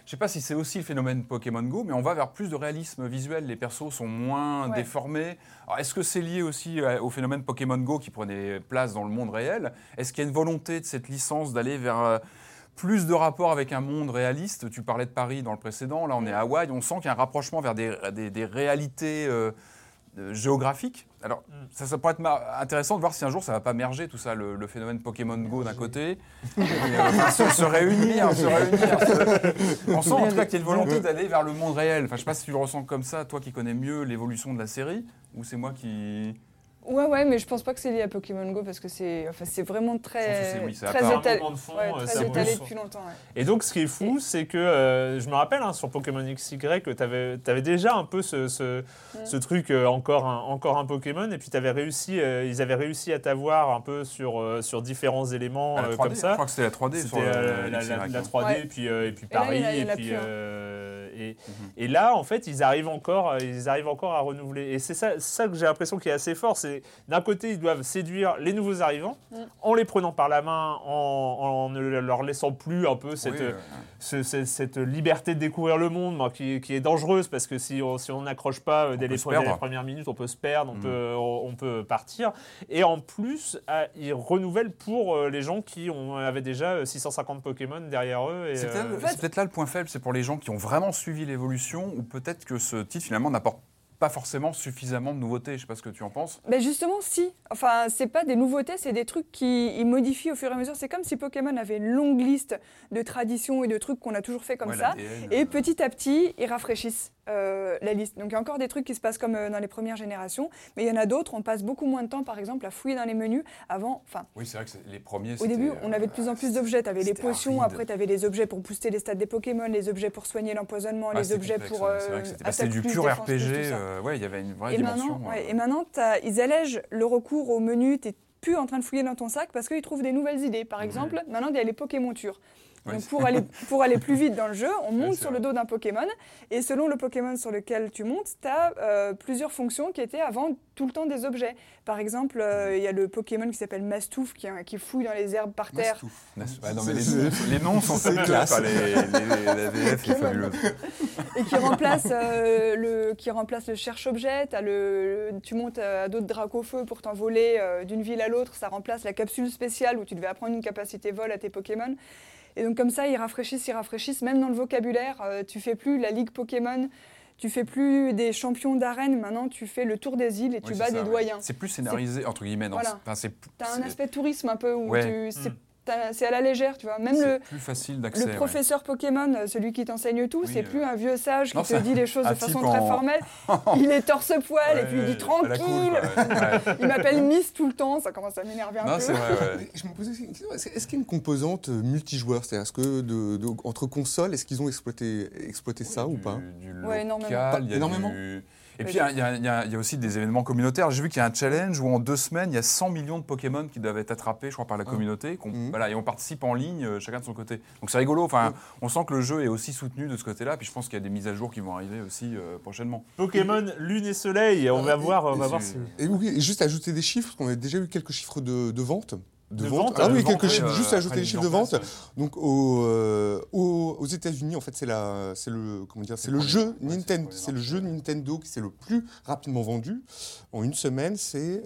Je sais pas si c'est aussi le phénomène Pokémon Go, mais on va vers plus de réalisme visuel. Les persos sont moins déformés. Alors, est-ce que c'est lié aussi au phénomène Pokémon Go qui prenait place dans le monde réel? Est-ce qu'il y a une volonté de cette licence d'aller vers plus de rapport avec un monde réaliste? Tu parlais de Paris dans le précédent, là on est à Hawaï, on sent qu'il y a un rapprochement vers des réalités géographiques. Alors ça pourrait être intéressant de voir si un jour ça ne va pas merger tout ça, le phénomène Pokémon Go d'un côté, se réunir. On sent en tout cas qu'il y a une volonté d'aller vers le monde réel. Enfin, je ne sais pas si tu le ressens comme ça, toi qui connais mieux l'évolution de la série, ou c'est moi qui... Ouais, mais je pense pas que c'est lié à Pokémon Go parce que c'est vraiment très étalé depuis longtemps. Ouais. Et donc, ce qui est fou, c'est que je me rappelle sur Pokémon XY que tu avais déjà un peu ce truc encore un Pokémon, et puis ils avaient réussi à t'avoir un peu sur différents éléments 3D, comme ça. Je crois que c'était la 3D sur la 3D, et puis Paris, et là, en fait, ils arrivent encore à renouveler. Et c'est ça que j'ai l'impression qui est assez fort. C'est d'un côté, ils doivent séduire les nouveaux arrivants en les prenant par la main, en ne leur laissant plus un peu cette liberté de découvrir le monde qui est dangereuse, parce que si on n'accroche pas dès les premières minutes, on peut se perdre, on peut partir. Et en plus, ils renouvellent pour les gens qui avaient déjà 650 Pokémon derrière eux. Et, c'est peut-être là le point faible, c'est pour les gens qui ont vraiment suivi l'évolution, ou peut-être que ce titre finalement n'apporte pas forcément suffisamment de nouveautés. Je ne sais pas ce que tu en penses. Ben justement, si. Enfin, c'est pas des nouveautés, c'est des trucs qui modifient au fur et à mesure. C'est comme si Pokémon avait une longue liste de traditions et de trucs qu'on a toujours fait comme ça. Et petit à petit, ils rafraîchissent la liste. Donc il y a encore des trucs qui se passent comme dans les premières générations, mais il y en a d'autres, on passe beaucoup moins de temps, par exemple, à fouiller dans les menus. Avant, oui, c'est vrai que les premiers, au début, on avait de plus en plus d'objets. Tu avais les potions, après tu avais les objets pour booster les stats des Pokémon, les objets pour soigner l'empoisonnement, les objets pour c'était du pur RPG. Il y avait une vraie dimension. Et maintenant, ils allègent le recours aux menus. Tu n'es plus en train de fouiller dans ton sac parce qu'ils trouvent des nouvelles idées. Par exemple, maintenant, il y a les Pokémontures. Donc pour aller plus vite dans le jeu, on monte sur le dos d'un Pokémon, et selon le Pokémon sur lequel tu montes, tu as plusieurs fonctions qui étaient avant tout le temps des objets. Par exemple, il y a le Pokémon qui s'appelle Mastouf qui fouille dans les herbes par terre. Non, mais les noms sont assez classes. La VF est fabuleuse. Et qui remplace le cherche-objet. Tu montes à d'autres Dracofeu pour t'envoler d'une ville à l'autre. Ça remplace la capsule spéciale où tu devais apprendre une capacité vol à tes Pokémon. Et donc comme ça, ils rafraîchissent. Même dans le vocabulaire, tu fais plus la Ligue Pokémon, tu fais plus des champions d'arène. Maintenant, tu fais le tour des îles et tu bats des doyens. C'est plus scénarisé, entre guillemets. Voilà. T'as un aspect tourisme un peu où c'est à la légère, tu vois. Même plus facile d'accès. Le professeur Pokémon, celui qui t'enseigne tout, c'est plus un vieux sage qui te dit les choses de façon très formelle. Il est torse-poil et puis il dit tranquille. Il m'appelle Miss tout le temps, ça commence à m'énerver un peu. C'est vrai, Je me posais une question, est-ce qu'il y a une composante multijoueur? C'est-à-dire, est-ce que entre consoles, est-ce qu'ils ont exploité ça ou pas? Du local, énormément. Et puis, il y a aussi des événements communautaires. J'ai vu qu'il y a un challenge où en 2 semaines, il y a 100 millions de Pokémon qui doivent être attrapés, je crois, par la communauté. Et on participe en ligne, chacun de son côté. Donc c'est rigolo. Enfin, on sent que le jeu est aussi soutenu de ce côté-là. Puis je pense qu'il y a des mises à jour qui vont arriver aussi prochainement. Pokémon Lune et Soleil, on va voir si... Et juste ajouter des chiffres, parce qu'on a déjà eu quelques chiffres de vente. De vente. Ah oui, quelques chiffres, juste ajouter les chiffres de vente. Donc aux États-Unis, en fait, c'est le jeu Nintendo qui c'est le plus rapidement vendu en une semaine.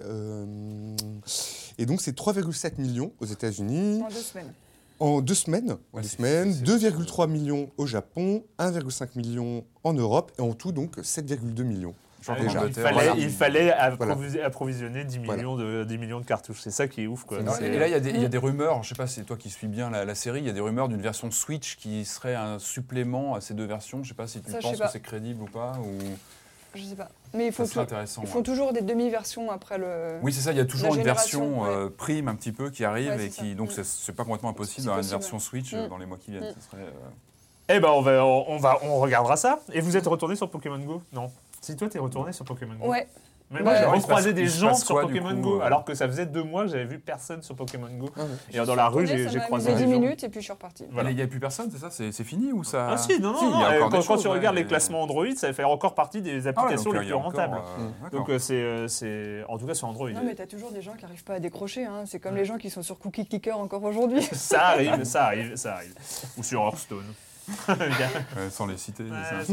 Et donc c'est 3,7 millions aux États-Unis. En 2 semaines. En 2 semaines, 2,3 millions au Japon, 1,5 million en Europe, et en tout donc 7,2 millions. Il fallait approvisionner 10 millions de cartouches. C'est ça qui est ouf, quoi. Et là, il y a des rumeurs, je ne sais pas si c'est toi qui suis bien la série, il y a des rumeurs d'une version Switch qui serait un supplément à ces 2 versions. Je ne sais pas si tu penses que c'est crédible ou pas. Je ne sais pas. Mais ils font toujours des demi-versions après le. Oui, c'est ça, il y a toujours une version prime un petit peu qui arrive, et qui donc c'est pas complètement impossible d'avoir une version Switch dans les mois qui viennent. Ça serait, Eh ben on regardera ça. Et vous êtes retourné sur Pokémon Go? Non. Si toi t'es retourné sur Pokémon Go. Ouais. Mais moi j'ai recroisé des gens sur Pokémon Go, alors que ça faisait 2 mois que j'avais vu personne sur Pokémon Go. Et dans la rue j'ai croisé des gens. 10 minutes et puis je suis reparti. Il n'y a plus personne, c'est ça? C'est fini ou ça? Ah si, non. Quand tu regardes les classements Android, ça fait encore partie des applications les plus rentables. Donc c'est en tout cas sur Android. Non mais t'as toujours des gens qui n'arrivent pas à décrocher. C'est comme les gens qui sont sur Cookie Clicker encore aujourd'hui. Ça arrive. Ou sur Hearthstone. Sans les citer.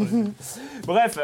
Bref,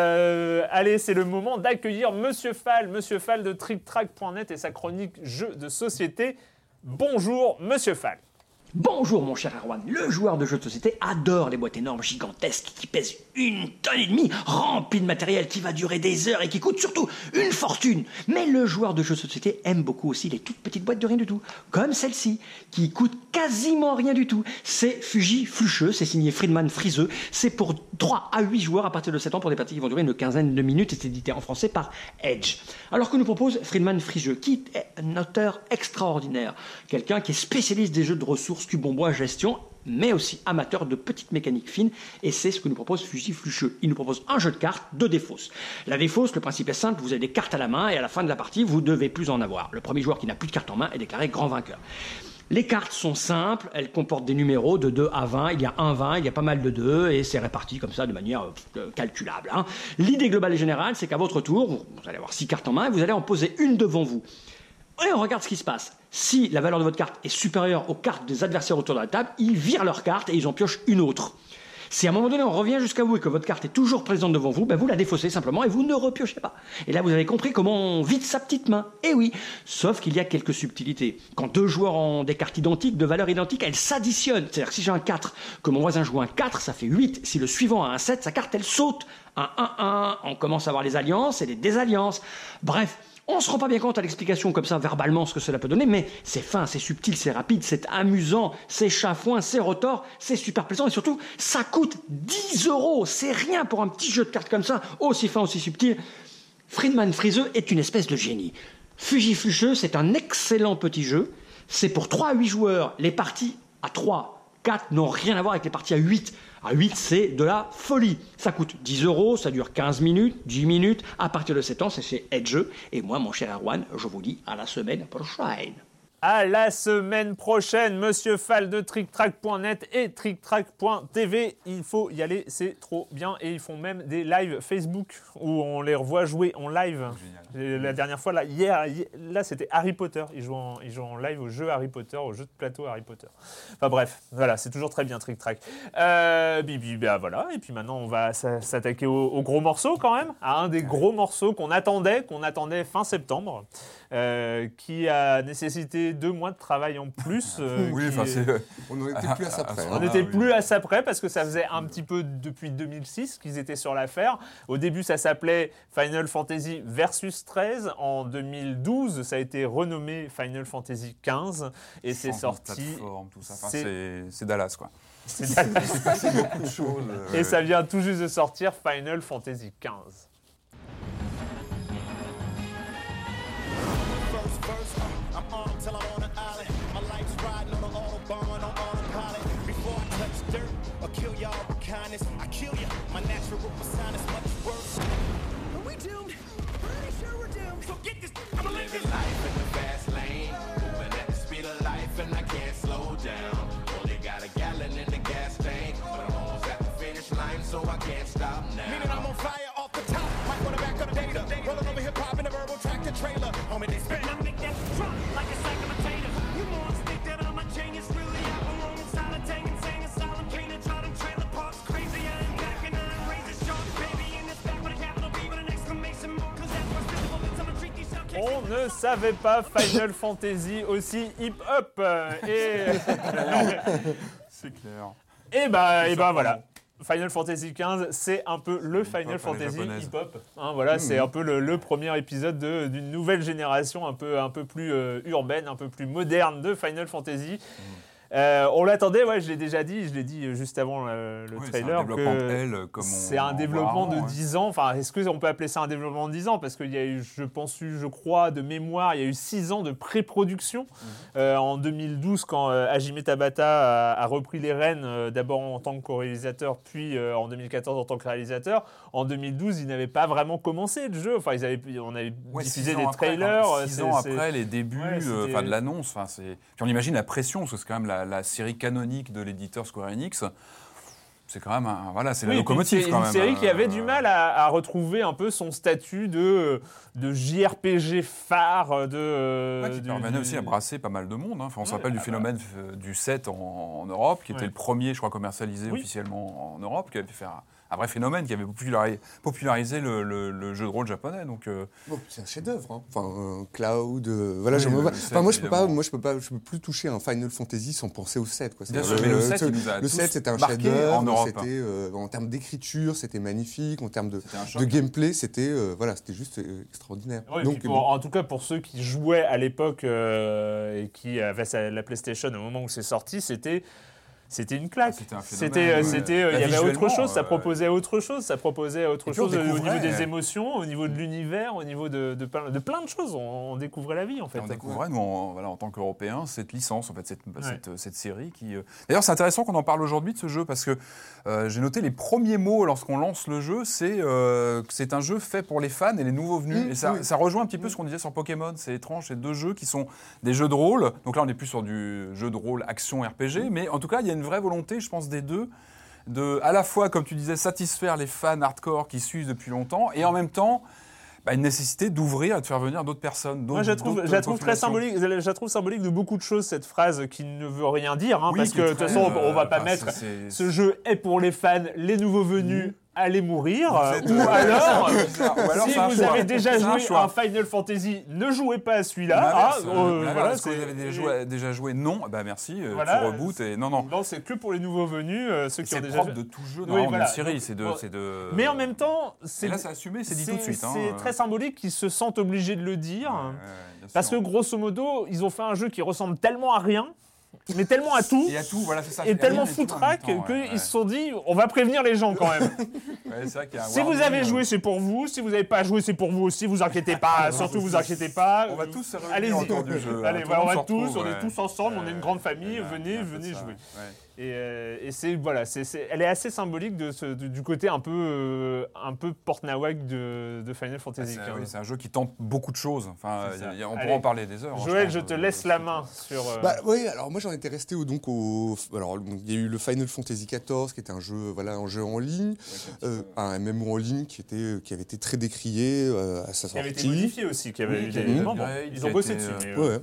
allez, c'est le moment d'accueillir Monsieur Fall de TrickTrack.net et sa chronique jeux de société. Bonjour, Monsieur Fall. Bonjour mon cher Erwan, le joueur de jeux de société adore les boîtes énormes gigantesques qui pèsent 1,5 tonne, remplies de matériel qui va durer des heures et qui coûtent surtout une fortune. Mais le joueur de jeux de société aime beaucoup aussi les toutes petites boîtes de rien du tout, comme celle-ci, qui coûte quasiment rien du tout. C'est Fuji Flucheux, c'est signé Friedman Friseux, c'est pour 3 à 8 joueurs à partir de 7 ans pour des parties qui vont durer une quinzaine de minutes et c'est édité en français par Edge. Alors que nous propose Friedman Friseux, qui est un auteur extraordinaire, quelqu'un qui est spécialiste des jeux de ressources Cubombois gestion, mais aussi amateur de petites mécaniques fines, et c'est ce que nous propose Fuji Flucheux. Il nous propose un jeu de cartes, 2 défausses. La défausse, le principe est simple, vous avez des cartes à la main, et à la fin de la partie, vous devez plus en avoir. Le premier joueur qui n'a plus de cartes en main est déclaré grand vainqueur. Les cartes sont simples, elles comportent des numéros de 2 à 20, il y a un 20, il y a pas mal de 2, et c'est réparti comme ça de manière calculable. L'idée globale et générale, c'est qu'à votre tour, vous allez avoir 6 cartes en main, et vous allez en poser une devant vous. Et on regarde ce qui se passe. Si la valeur de votre carte est supérieure aux cartes des adversaires autour de la table, ils virent leur carte et ils en piochent une autre. Si à un moment donné on revient jusqu'à vous et que votre carte est toujours présente devant vous, vous la défaussez simplement et vous ne repiochez pas. Et là vous avez compris comment on vide sa petite main. Et oui, sauf qu'il y a quelques subtilités. Quand 2 joueurs ont des cartes identiques, de valeurs identiques, elles s'additionnent. C'est-à-dire que si j'ai un 4, que mon voisin joue un 4, ça fait 8. Si le suivant a un 7, sa carte elle saute. Un 1-1, on commence à avoir les alliances et les désalliances. Bref. On ne se rend pas bien compte à l'explication comme ça verbalement ce que cela peut donner, mais c'est fin, c'est subtil, c'est rapide, c'est amusant, c'est chafouin, c'est retors, c'est super plaisant et surtout, ça coûte 10 €. C'est rien pour un petit jeu de cartes comme ça, aussi fin, aussi subtil. Friedman Friseux est une espèce de génie. Fuji Flucheux, c'est un excellent petit jeu. C'est pour 3 à 8 joueurs. Les parties à 3, 4 n'ont rien à voir avec les parties à 8. À 8, c'est de la folie. Ça coûte 10 €, ça dure 15 minutes, 10 minutes. À partir de 7 ans, c'est chez Edge. Et moi, mon cher Erwan, je vous dis à la semaine prochaine. À la semaine prochaine, Monsieur Fall de TrickTrack.net et TrickTrack.tv. Il faut y aller, c'est trop bien. Et ils font même des lives Facebook où on les revoit jouer en live. Génial. La dernière fois, hier, c'était Harry Potter. Ils jouent en live au jeu Harry Potter, au jeu de plateau Harry Potter. Enfin bref, voilà, c'est toujours très bien TrickTrack. Voilà. Et puis maintenant, on va s'attaquer au gros morceau quand même. À un des gros morceaux qu'on attendait fin septembre. Qui a nécessité 2 mois de travail en plus. Oui, on n'était plus à ça près. On n'était plus à ça près parce que ça faisait un petit peu depuis 2006 qu'ils étaient sur l'affaire. Au début, ça s'appelait Final Fantasy Versus 13. En 2012, ça a été renommé Final Fantasy 15 et c'est sorti. Tout ça. Enfin, c'est Dallas, quoi. C'est Dallas. Il s'est passé beaucoup de choses. Et ça vient tout juste de sortir Final Fantasy 15. I kill ya. My natural persona is much worse. Are we doomed? Pretty sure we're doomed. So get this. I'm living life in the fast lane, moving at the speed of life, and I can't slow down. Only got a gallon in the gas tank, but I'm almost at the finish line, so I can't stop now. Meaning I'm on fire off the top. Might wanna back up the data. Rolling over hip hop in a verbal tractor trailer. Homie, they spin. I make that drop like a sack of potatoes. You morons think that I'm a genius, really? I belong inside a tank and sing a silent cleaner, trotting trailer parks crazy. On ne savait pas Final Fantasy aussi hip-hop. C'est clair. Et voilà. Final Fantasy XV, c'est un peu le Final Fantasy hip-hop. C'est un peu le premier épisode d'une nouvelle génération un peu plus urbaine, un peu plus moderne de Final Fantasy. On l'attendait, je l'ai déjà dit, je l'ai dit juste avant le trailer. C'est un développement de 10 ans. Enfin, est-ce qu'on peut appeler ça un développement de 10 ans ? Parce qu'il y a eu, je crois, de mémoire, il y a eu 6 ans de pré-production. En 2012, quand Hajime Tabata a repris les rênes, d'abord en tant que co-réalisateur, puis en 2014 en tant que réalisateur. En 2012, ils n'avaient pas vraiment commencé le jeu. Enfin, on avait diffusé des trailers. 6 ans après les débuts de l'annonce. Puis on imagine la pression, parce que c'est quand même la série canonique de l'éditeur Square Enix. C'est quand même c'est la Oui, locomotive c'est quand une même. série qui avait du mal à retrouver un peu son statut de JRPG phare Qui permettait aussi à brasser pas mal de monde. Enfin, on se rappelle du phénomène du 7 en Europe, qui était le premier, je crois, commercialisé officiellement en Europe, qui avait fait un vrai phénomène, qui avait popularisé le jeu de rôle japonais. Donc, c'est un chef-d'œuvre. Hein. Enfin, Cloud. Voilà, moi, je peux plus toucher un Final Fantasy sans penser au 7. Quoi. Bien sûr, mais le 7, il nous a le 7, c'était un marqué chef-d'œuvre. en Europe. C'était, en termes d'écriture, c'était magnifique. En termes de gameplay, c'était juste extraordinaire. Oui, Donc, en tout cas, pour ceux qui jouaient à l'époque et qui avaient la PlayStation au moment où c'est sorti, c'était une claque. C'était un phénomène. Il y avait autre chose, ça proposait autre chose. Au Niveau des émotions, au niveau de l'univers, au niveau de plein de choses. On découvrait la vie, en fait. Et on découvrait, nous, en tant qu'Européens, cette licence, en fait, cette série qui... D'ailleurs, c'est intéressant qu'on en parle aujourd'hui de ce jeu, parce que j'ai noté les premiers mots lorsqu'on lance le jeu, c'est que c'est un jeu fait pour les fans et les nouveaux venus. Et ça rejoint un petit peu ce qu'on disait sur Pokémon. C'est étrange, c'est deux jeux qui sont des jeux de rôle. Donc là, on n'est plus sur du jeu de rôle action RPG, mais en tout cas, il y a une vraie volonté, je pense, des deux, de, à la fois, comme tu disais, satisfaire les fans hardcore qui suivent depuis longtemps, et en même temps, une nécessité d'ouvrir et de faire venir d'autres personnes. Moi, je la trouve très symbolique. Je la trouve symbolique de beaucoup de choses, cette phrase qui ne veut rien dire, parce que de toute façon, on va pas mettre ce jeu est pour les fans, les nouveaux venus. Allez mourir, ou alors si vous avez déjà joué à un Final Fantasy, ne jouez pas à celui-là. Est-ce que vous avez déjà joué? Non, merci, tu rebootes. Non, c'est que pour les nouveaux venus, ceux qui ont déjà... C'est propre de tout jeu dans une série, c'est de... Mais en même temps, là, c'est assumé, c'est dit tout de suite. C'est très symbolique qu'ils se sentent obligés de le dire, parce que grosso modo, ils ont fait un jeu qui ressemble tellement à rien, mais tellement à tout, c'est ça, et tellement foutraque qu'ils se sont dit on va prévenir les gens quand même. C'est vrai qu'il y a un si vous avez joué, c'est pour vous. Si vous n'avez pas joué, c'est pour vous aussi. Vous inquiétez pas. Surtout, vous inquiétez pas. On va tous se réunir autour du jeu. Allez, on va tous. On est tous ensemble. On est une grande famille. Venez jouer. Et elle est assez symbolique du côté un peu porte-nawak de Final Fantasy. C'est un jeu qui tente beaucoup de choses. Enfin, on pourra en parler des heures. Joël, je te laisse la main sur. Oui, alors moi j'en étais resté alors il y a eu le Final Fantasy XIV qui était un jeu en ligne, un MMO en ligne qui avait été très décrié à sa sortie. Qui avait été modifié aussi, qui avait eu des membres. Ils ont bossé dessus.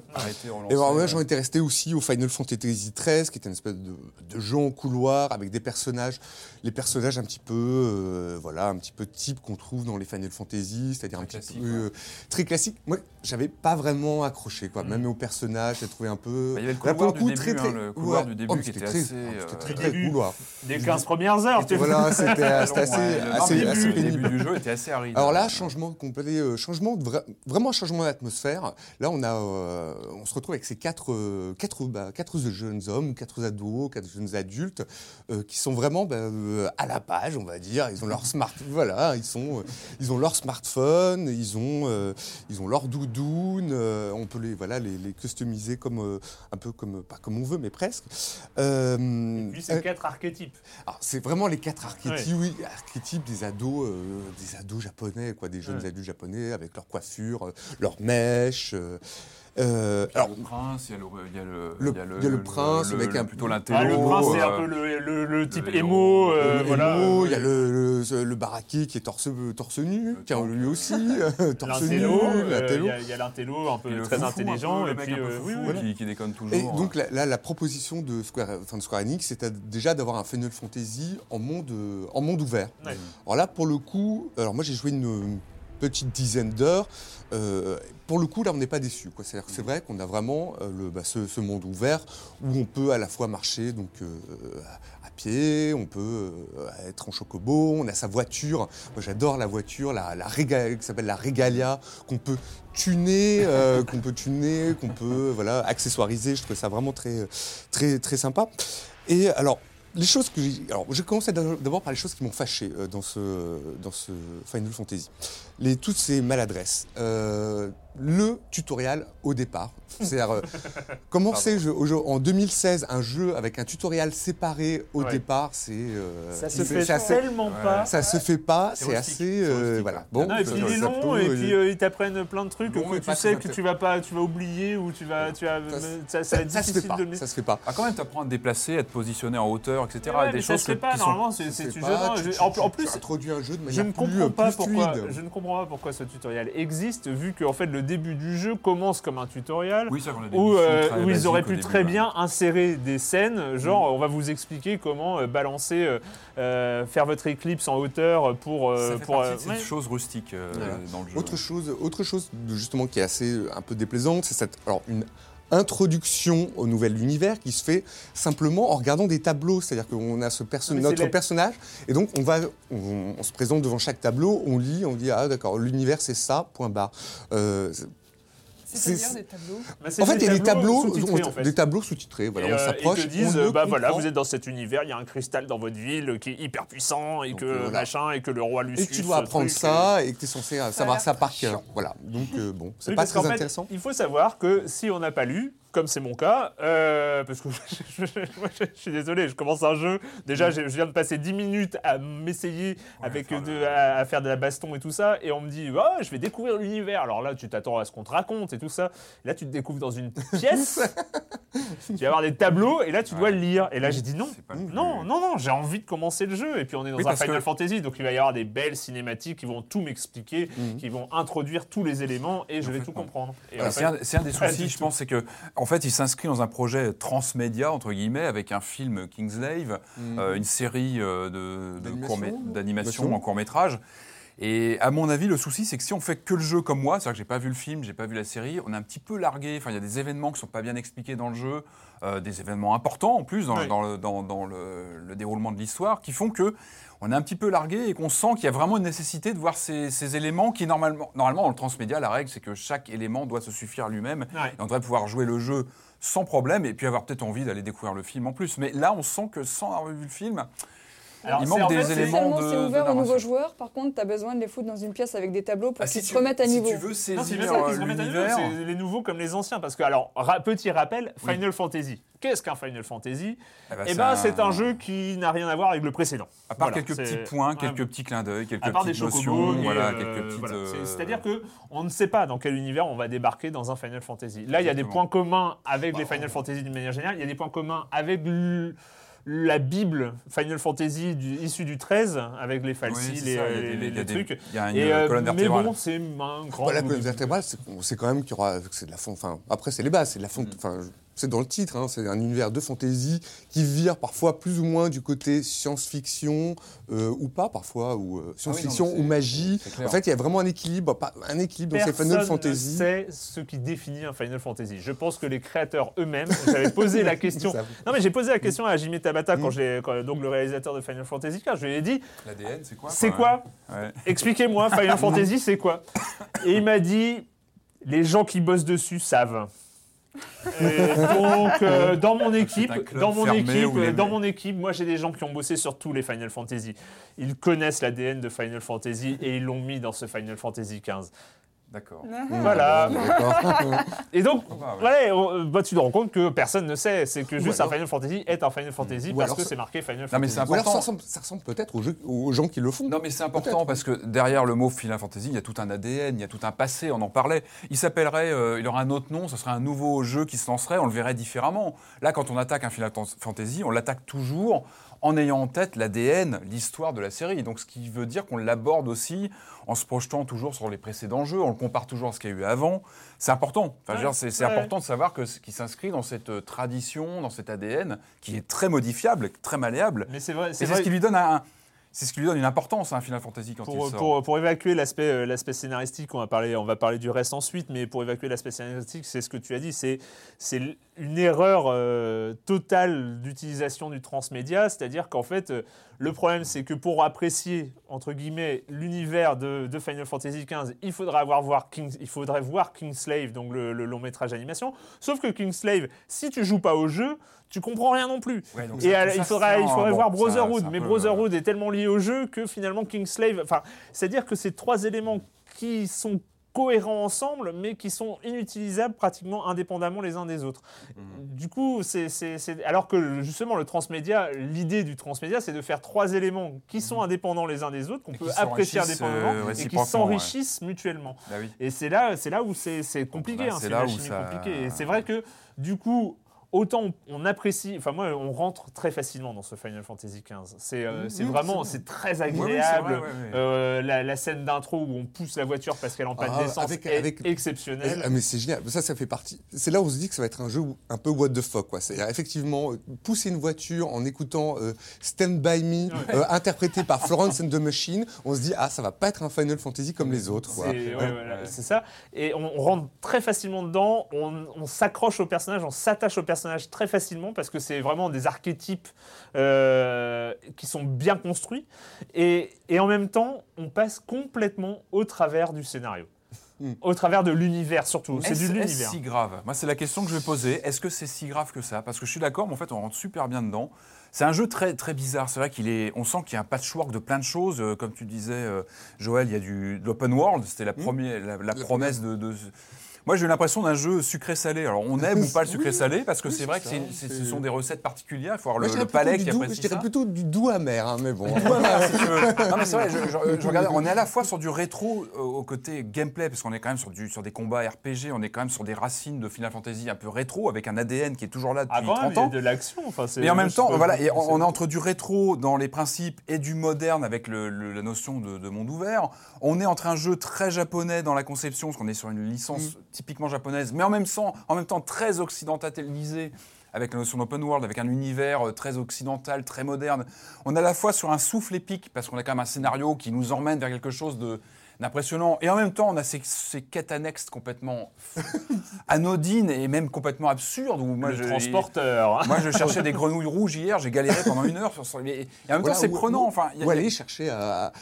Et alors moi j'en étais resté aussi au Final Fantasy XIII qui était une espèce de jeu en couloir avec les personnages un petit peu un petit peu type qu'on trouve dans les Final Fantasy, c'est-à-dire un petit peu très classique. Moi j'avais pas vraiment accroché quoi, même aux personnages, j'ai trouvé un peu il y avait le couloir du début, le couloir du début qui était très couloir. Des 15 premières heures. Voilà, c'était assez pénible. Le début du jeu était assez aride. Alors là, changement complet, vraiment changement d'atmosphère. Là, on se retrouve avec ces quatre jeunes hommes, 4 ados, 4 jeunes adultes qui sont vraiment à la page, on va dire. Ils ont leur ils ont leur smartphone, ils ont leur doudoune. On peut les customiser un peu comme pas comme on veut, mais presque. Et puis c'est 4 archétypes. Alors c'est vraiment les 4 archétypes, archétypes des ados japonais, quoi, des jeunes adultes japonais avec leur coiffure, leurs mèches. Alors, le prince, il y a le prince, plutôt l'intello. Le prince, c'est un peu le type émo. Il y a le baraqué qui est torse nu, tiens, lui aussi, torse nu. Il y a l'intello un peu très intelligent. Le mec un peu fou qui déconne toujours. Et donc là, la proposition de Square Enix, c'était déjà d'avoir un Final Fantasy en monde ouvert. Ouais. Alors là, pour le coup, moi j'ai joué une petite dizaine d'heures. Pour le coup, là, on n'est pas déçu. C'est-à-dire que c'est vrai qu'on a vraiment ce monde ouvert où on peut à la fois marcher à pied, on peut être en chocobo, on a sa voiture. Moi, j'adore la voiture, qui s'appelle la Regalia, qu'on peut tuner, qu'on peut accessoiriser. Je trouve ça vraiment très, très, très sympa. Et alors, je commence d'abord par les choses qui m'ont fâché dans ce Final Fantasy. Toutes ces maladresses. le tutoriel au départ. C'est-à-dire, commencer en 2016 un jeu avec un tutoriel séparé au départ, ça se fait tellement pas. Ça se fait pas, c'est rustique, assez... c'est rustique, voilà. ouais. Bon, Non, et puis il est ça long, peut- et puis ils t'apprennent plein de trucs Long que et tu pas sais très que tu vas oublier ou ça va être ça se fait difficile pas. de le Ça se fait pas. Ah, quand même, tu apprends à te déplacer, à te positionner en hauteur, etc. Ouais, des mais ça choses se fait pas, qui sont- normalement, Ça se c'est fait pas, en plus, tu introduis un jeu de je manière ne plus, comprends pas plus pourquoi. fluide. Je ne comprends pas pourquoi ce tutoriel existe, vu que en fait le début du jeu commence comme un tutoriel. Oui, ça, qu'on a des Où, missions très où ils basiques auraient au pu début, très ouais. bien insérer des scènes, genre on va vous expliquer comment balancer, faire votre éclipse en hauteur pour... Ça fait partie de ces ouais. choses rustiques Voilà. dans le jeu. Autre chose justement qui est assez un peu déplaisante, c'est une introduction au nouvel univers qui se fait simplement en regardant des tableaux. C'est-à-dire qu'on a notre personnage, et donc on se présente devant chaque tableau, on lit, on dit « Ah d'accord, l'univers c'est ça, point barre ». C'est-à-dire des tableaux. En fait, il y a des tableaux sous-titrés, en fait. des tableaux sous-titrés. Voilà, Et, on s'approche. ils te disent, on le voilà, comprend. vous êtes dans cet univers, il y a un cristal dans votre ville qui est hyper puissant et Donc, que voilà. machin et que le roi Lucius. Et tu dois apprendre truc, ça et que tu es censé savoir l'air ça par cœur. Voilà. Donc bon, c'est Oui, pas parce qu'en très fait, intéressant. il faut savoir que si on n'a pas lu, comme c'est mon cas, parce que je suis désolé, je commence un jeu, déjà je viens de passer 10 minutes à m'essayer à faire de la baston et tout ça, et on me dit oh, je vais découvrir l'univers. Alors là, tu t'attends à ce qu'on te raconte et tout ça. Et là, tu te découvres dans une pièce, tu vas avoir des tableaux, et là, tu dois le lire. Et là, j'ai dit non, C'est pas le plus- non, j'ai envie de commencer le jeu. Et puis, on est dans Oui, un parce Final que- Fantasy, donc il va y avoir des belles cinématiques qui vont tout m'expliquer, qui vont introduire tous les éléments, et je vais tout comprendre. Et Voilà, en fait, c'est un des pas soucis, du je tout. pense, c'est que en fait, il s'inscrit dans un projet transmédia entre guillemets avec un film Kingslave, une série d'animation en court métrage. Et à mon avis, le souci, c'est que si on fait que le jeu comme moi, c'est-à-dire que j'ai pas vu le film, j'ai pas vu la série, on est un petit peu largué. Enfin, il y a des événements qui sont pas bien expliqués dans le jeu, des événements importants en plus Oui. dans le déroulement de l'histoire, qui font que on est un petit peu largué et qu'on sent qu'il y a vraiment une nécessité de voir ces éléments qui normalement dans le transmédia, la règle, c'est que chaque élément doit se suffire à lui-même. Ouais. Et on devrait pouvoir jouer le jeu sans problème et puis avoir peut-être envie d'aller découvrir le film en plus. Mais là, on sent que sans avoir vu le film, Alors, il c'est- manque en des fait, éléments Seulement, de c'est ouvert aux narration. nouveaux joueurs. Par contre, tu as besoin de les foutre dans une pièce avec des tableaux pour Ah, qu'ils se remettent à si niveau. tu veux Non, c'est saisir même ça qu'ils se remettent à niveau, l'univers, c'est les nouveaux comme les anciens. Parce que, alors, petit rappel, Final Fantasy. Qu'est-ce qu'un Final Fantasy ? Eh ben, c'est un jeu qui n'a rien à voir avec le précédent. à part Voilà, quelques c'est- petits points, Ouais, quelques petits clins d'œil, quelques à part des petites chocobos, notions, et, voilà, quelques petites. voilà. C'est-à-dire que on ne sait pas dans quel univers on va débarquer dans un Final Fantasy. Là, il y a des points communs avec les Final Fantasy d'une manière générale. Il y a des points communs avec la Bible Final Fantasy issue du 13, avec les falsis, Oui, c'est ça, les trucs. Il y a une Et, colonne mais vertébrale. bon, c'est un grand. Voilà, la colonne vertébrale, c'est quand même qu'il y aura, c'est de la après c'est les bases, c'est de la c'est dans le titre, hein, c'est un univers de fantasy qui vire parfois plus ou moins du côté science-fiction ou pas parfois, ou science-fiction non, mais ou magie. c'est clair. En fait, il y a vraiment un équilibre dans ces Final Personne Fantasy. ne sait ce qui définit un Final Fantasy. Je pense que les créateurs eux-mêmes, j'avais posé la question. Non, mais j'ai posé la question à Hajime Tabata, donc le réalisateur de Final Fantasy XV. Je lui ai dit, L'ADN, c'est quoi c'est quoi Ouais. Expliquez-moi, Final Fantasy, c'est quoi? Et il m'a dit, les gens qui bossent dessus savent. Et donc, dans mon équipe, un club fermé où les- moi j'ai des gens qui ont bossé sur tous les Final Fantasy. Ils connaissent l'ADN de Final Fantasy et ils l'ont mis dans ce Final Fantasy XV. D'accord. Voilà. D'accord. Et donc, ouais. tu te rends compte que personne ne sait. C'est que juste un alors- Final Fantasy est un Final Fantasy Ou parce alors que ça- c'est marqué Final Non, mais Fantasy. c'est Ou alors important. ça ressemble peut-être aux gens qui le font. Non, mais c'est important Peut-être. parce que derrière le mot Final Fantasy, il y a tout un ADN, il y a tout un passé, on en parlait. Il s'appellerait, il aurait un autre nom, ce serait un nouveau jeu qui se lancerait, on le verrait différemment. Là, quand on attaque un Final Fantasy, on l'attaque toujours en ayant en tête l'ADN, l'histoire de la série. Donc, ce qui veut dire qu'on l'aborde aussi en se projetant toujours sur les précédents jeux, on le compare toujours à ce qu'il y a eu avant. C'est important. Enfin, je veux dire, c'est important de savoir qu'il s'inscrit dans cette tradition, dans cet ADN qui est très modifiable, très malléable. Mais c'est vrai. Et c'est ce qui lui donne c'est ce qui lui donne une importance à un Final Fantasy quand il sort. Pour évacuer l'aspect scénaristique, on va parler du reste ensuite, mais pour évacuer l'aspect scénaristique, c'est ce que tu as dit, c'est une erreur totale d'utilisation du transmédia, c'est-à-dire qu'en fait, le problème c'est que pour apprécier, entre guillemets, l'univers de Final Fantasy XV, il faudrait voir Kingslave, donc le long métrage d'animation, sauf que Kingslave, si tu joues pas au jeu, tu comprends rien non plus. Ouais, donc Et ça, tout il ça, faudrait bon, voir ça, Brotherhood, c'est un mais peu, Brotherhood est tellement lié au jeu que finalement Kingslave, c'est-à-dire que ces trois éléments qui sont cohérents ensemble, mais qui sont inutilisables pratiquement indépendamment les uns des autres. Du coup, alors que justement le transmédia, l'idée du transmédia, c'est de faire 3 éléments qui sont indépendants les uns des autres, qu'on Et peut qui apprécier s'enrichissent, indépendamment et qui réciproquement, s'enrichissent mutuellement. Bah oui. Et c'est là où c'est compliqué, Bah, hein, c'est c'est là une où alchimie ça- compliquée. Et c'est vrai que du coup, autant on apprécie, enfin moi on rentre très facilement dans ce Final Fantasy XV. C'est vraiment, c'est très agréable. Ouais. La scène d'intro où on pousse la voiture parce qu'elle est en panne Ah, d'essence est exceptionnelle. Mais c'est génial. Ça fait partie. C'est là où on se dit que ça va être un jeu un peu what the fuck, quoi. C'est-à-dire effectivement pousser une voiture en écoutant Stand By Me, interprété par Florence and the Machine. On se dit ça va pas être un Final Fantasy comme les autres, quoi. C'est ça. Et on rentre très facilement dedans. On s'accroche au personnage, on s'attache au personnage très facilement parce que c'est vraiment des archétypes qui sont bien construits. Et en même temps, on passe complètement au travers du scénario. Au travers de l'univers surtout. C'est de Est-ce l'univers. si grave? Moi, c'est la question que je vais poser. Est-ce que c'est si grave que ça? Parce que je suis d'accord, mais en fait, on rentre super bien dedans. C'est un jeu très, très bizarre. C'est vrai on sent qu'il y a un patchwork de plein de choses. Comme tu disais, Joël, il y a de l'open world. C'était la promesse de... Moi, j'ai eu l'impression d'un jeu sucré-salé. Alors, on aime ou pas le sucré-salé, parce que c'est vrai que ce sont des recettes particulières. Il faut avoir le palais qui apprécie ça. Je dirais plutôt du doux amer, hein, mais bon. Si tu veux. Non, mais c'est vrai, je regardais, on est à la fois sur du rétro au côté gameplay, parce qu'on est quand même sur des combats RPG, on est quand même sur des racines de Final Fantasy un peu rétro, avec un ADN qui est toujours là depuis 30 ans. Il y a de l'action. Et en même temps, et on est entre du rétro dans les principes et du moderne avec la notion de monde ouvert. On est entre un jeu très japonais dans la conception, parce qu'on est sur une licence typiquement japonaise, mais en même temps très occidentalisé, avec la notion d'open world, avec un univers très occidental, très moderne. On est à la fois sur un souffle épique, parce qu'on a quand même un scénario qui nous emmène vers quelque chose d'impressionnant. Et en même temps, on a ces quêtes annexes complètement anodines et même complètement absurdes. Où moi, transporteur. Moi, je cherchais des grenouilles rouges hier, j'ai galéré pendant 1 heure. Et en même temps, c'est prenant. Enfin, ou aller chercher à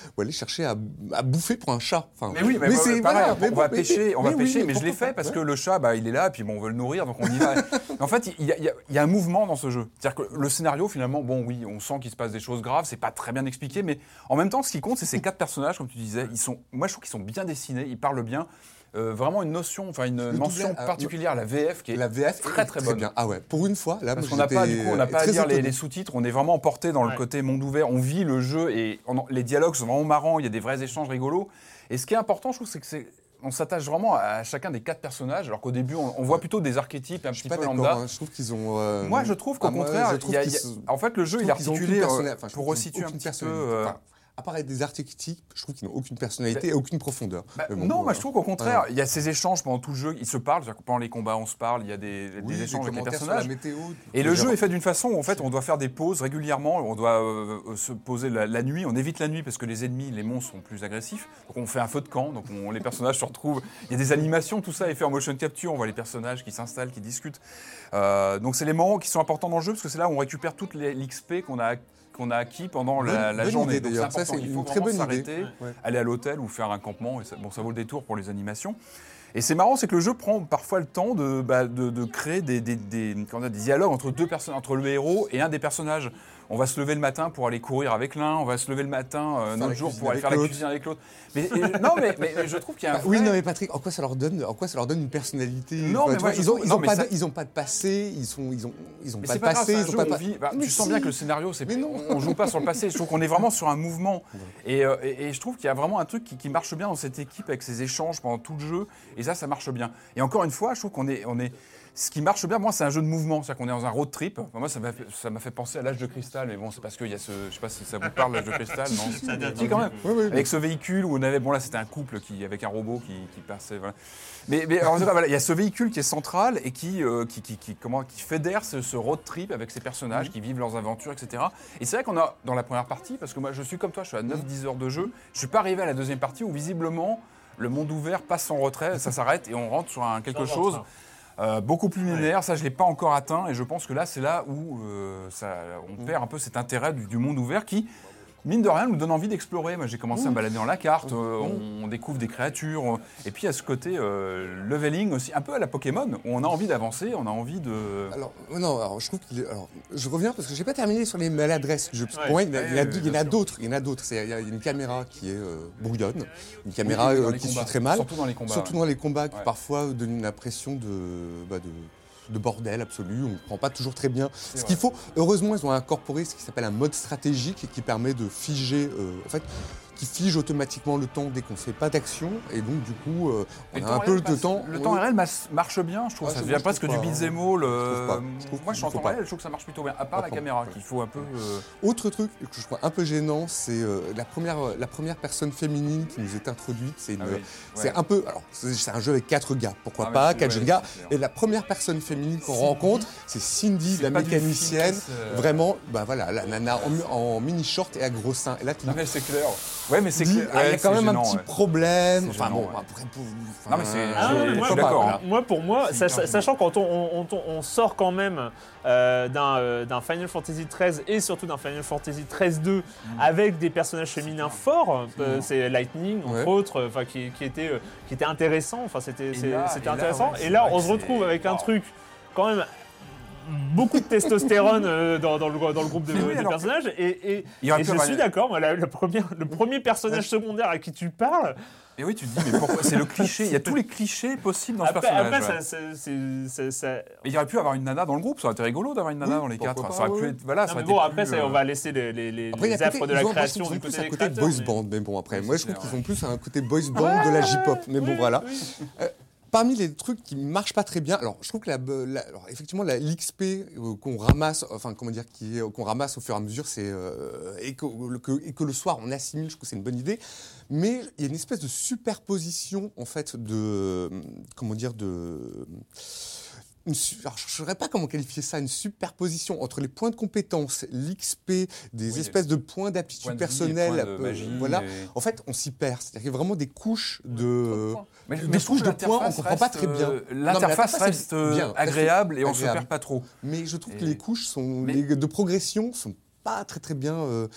bouffer pour un chat. Enfin, mais oui, mais c'est pareil. On va pêcher, mais je l'ai fait parce que le chat, il est là, et puis on veut le nourrir, donc on y va. En fait, il y a un mouvement dans ce jeu. C'est-à-dire que le scénario, finalement, on sent qu'il se passe des choses graves, c'est pas très bien expliqué, mais en même temps, ce qui compte, c'est ces 4 personnages, comme tu disais. Moi, je trouve qu'ils sont bien dessinés, ils parlent bien. Vraiment une mention particulière, la VF qui est très très bonne. Bien. Ah ouais, pour une fois, là, parce qu'on n'a pas à lire les sous-titres, on est vraiment emporté dans le côté monde ouvert, on vit le jeu et les dialogues sont vraiment marrants, il y a des vrais échanges rigolos. Et ce qui est important, je trouve, c'est que on s'attache vraiment à chacun des 4 personnages, alors qu'au début, on voit plutôt des archétypes un petit peu lambda. Hein, je trouve qu'ils ont. Moi, je trouve qu'au contraire, en fait, le jeu il est articulé pour resituer un petit peu. À part des archétypes, je trouve qu'ils n'ont aucune personnalité et aucune profondeur. Moi je trouve qu'au contraire, il y a ces échanges pendant tout le jeu, ils se parlent, c'est-à-dire que pendant les combats on se parle, il y a des échanges avec les personnages. Et le jeu est fait d'une façon où en fait on doit faire des pauses régulièrement, on doit se poser la nuit, on évite la nuit parce que les ennemis, les monstres sont plus agressifs, donc on fait un feu de camp, donc les personnages se retrouvent, il y a des animations, tout ça est fait en motion capture, on voit les personnages qui s'installent, qui discutent. Donc c'est les moments qui sont importants dans le jeu parce que c'est là où on récupère toute l'XP qu'on a acquis pendant la journée. Donc d'ailleurs, ça c'est il faut une très bonne s'arrêter, idée. aller à l'hôtel ou faire un campement. Et ça vaut le détour pour les animations. Et c'est marrant, c'est que le jeu prend parfois le temps de créer des dialogues entre 2 personnes, entre le héros et un des personnages. On va se lever le matin pour aller courir avec l'un, on va se lever le matin un autre jour pour aller faire la cuisine avec l'autre. Mais je trouve qu'il y a un vrai... Oui, non, mais Patrick, en quoi ça leur donne une personnalité? Non, mais ils ont pas de passé, ils ont pas de pas passé, grave, ils ont pas. Tu sens bien que le scénario, on joue pas sur le passé. Je trouve qu'on est vraiment sur un mouvement. Et je trouve qu'il y a vraiment un truc qui marche bien dans cette équipe avec ces échanges pendant tout le jeu. Et ça marche bien. Et encore une fois, je trouve qu'on est ce qui marche bien, moi, c'est un jeu de mouvement. C'est-à-dire qu'on est dans un road trip. Enfin, moi, ça m'a fait penser à l'âge de cristal. Mais bon, c'est parce qu'il y a je sais pas si ça vous parle, l'âge de cristal. Non, si, quand même. Oui. Avec ce véhicule où on avait, là, c'était un couple avec un robot qui passait. Voilà. Mais alors, voilà, il y a ce véhicule qui est central et qui fédère ce road trip avec ces personnages qui vivent leurs aventures, etc. Et c'est vrai qu'on a, dans la première partie, parce que moi, je suis comme toi, je suis à 9-10 heures de jeu. Je suis pas arrivé à la deuxième partie où, visiblement, le monde ouvert passe en retrait, ça s'arrête et on rentre sur quelque chose beaucoup plus linéaire. Ça, je ne l'ai pas encore atteint et je pense que là, c'est là où on perd un peu cet intérêt du monde ouvert qui, mine de rien, nous donne envie d'explorer. Moi, j'ai commencé à me balader dans la carte, on découvre des créatures, et puis il y a ce côté leveling aussi, un peu à la Pokémon, où on a envie d'avancer, on a envie de... Alors, je trouve je reviens parce que j'ai pas terminé sur les maladresses du jeu. Parce que pour moi, il y en a d'autres. Il y a une caméra qui est brouillonne, une caméra qui suit très mal. Surtout dans les combats. Surtout dans les combats, qui parfois donnent une impression de bordel absolu, on ne comprend pas toujours très bien ce qu'il faut. Heureusement, ils ont incorporé ce qui s'appelle un mode stratégique qui permet de figer, qui fige automatiquement le temps dès qu'on ne fait pas d'action, et donc du coup, on a un peu de temps. Le temps RL marche bien, je trouve. Ça devient presque du beat'em all. Moi, je suis en temps RL, je trouve que ça marche plutôt bien, à part la caméra, qu'il faut un peu... Autre truc que je trouve un peu gênant, c'est la première personne féminine qui nous est introduite. C'est un peu... Alors, c'est un jeu avec 4 gars, pourquoi pas, 4 jeunes gars. Et la première personne féminine qu'on rencontre, c'est Cindy, la mécanicienne. Vraiment, la nana en mini-short et à gros seins. Et là, tu dis... c'est clair. Ouais, mais c'est clair. Il y a quand même un petit problème. Enfin bon, après... Non, mais je suis d'accord. Pour moi, sachant quand on sort quand même d'un Final Fantasy XIII et surtout d'un Final Fantasy XIII-2 avec des personnages féminins forts, c'est Lightning entre autres, qui était intéressant. Enfin, c'était intéressant. Et là, on se retrouve avec un truc quand même. Beaucoup de testostérone dans le groupe de personnages et je suis d'accord, moi, le premier personnage secondaire à qui tu parles. Et oui, tu te dis, mais pourquoi? C'est le cliché, il y a tous les clichés possibles dans ce personnage. Après, ça... Mais il aurait pu avoir une nana dans le groupe, ça aurait été rigolo d'avoir une nana dans les 4. Ça aurait pu être. Voilà, on va laisser les affres de la création du côté des créateurs. Boys band, mais bon, après, moi je trouve qu'ils ont plus un côté boys band de la J-pop, mais bon, voilà. Parmi les trucs qui marchent pas très bien, alors je trouve que effectivement l'XP qu'on ramasse, qu'on ramasse au fur et à mesure, et que le soir on assimile, je trouve que c'est une bonne idée. Mais il y a une espèce de superposition en fait alors, je ne saurais pas comment qualifier ça, une superposition entre les points de compétences, l'XP, des espèces de points d'aptitude personnelle. Voilà. En fait, on s'y perd. C'est-à-dire qu'il y a vraiment des couches de points, on ne comprend pas très bien. L'interface reste agréable et on ne se perd pas trop. Mais je trouve que les couches de progression sont pas très bien,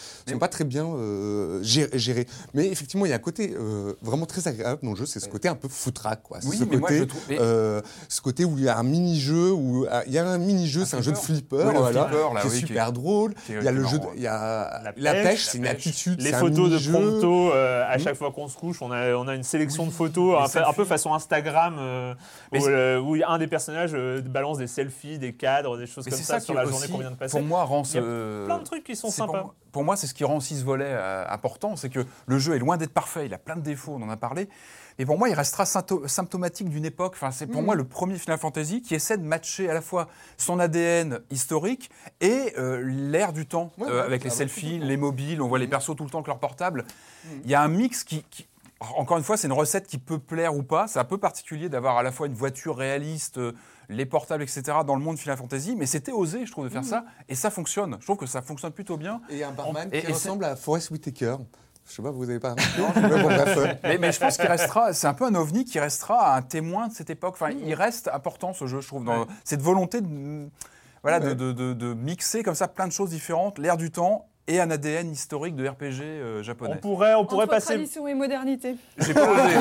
gérés. Mais effectivement, il y a un côté vraiment très agréable dans le jeu, c'est ce côté un peu foutraque, quoi. Oui, ce côté où il y a un mini-jeu, c'est un jeu de flipper, qui est super drôle. Il y a le jeu, il y a la pêche, c'est une attitude, les photos de Prompto, à chaque fois qu'on se couche, on a une sélection de photos, un peu façon Instagram, où un des personnages balance des selfies, des cadres, des choses comme ça sur la journée qu'on vient de passer. Pour moi, rend plein de trucs qui sont sympas. Pour moi, c'est ce qui rend aussi ce volet important, c'est que le jeu est loin d'être parfait, il a plein de défauts, on en a parlé, mais pour moi, il restera symptomatique d'une époque. Enfin, c'est pour moi le premier Final Fantasy qui essaie de matcher à la fois son ADN historique et l'ère du temps, avec les selfies, les mobiles, on voit les persos tout le temps avec leur portable. Il y a un mix qui encore une fois, c'est une recette qui peut plaire ou pas. C'est un peu particulier d'avoir à la fois une voiture réaliste, les portables, etc. dans le monde Final Fantasy, mais c'était osé, je trouve, de faire ça, et ça fonctionne. Je trouve que ça fonctionne plutôt bien. Et un barman qui ressemble à Forest Whitaker. Je sais pas, vous avez pas. mais je pense qu'il restera. C'est un peu un ovni qui restera un témoin de cette époque. Enfin, il reste important ce jeu, je trouve, dans cette volonté de mixer comme ça plein de choses différentes, l'ère du temps. Et un ADN historique de RPG japonais. On pourrait passer. Tradition et modernité. J'ai pas osé.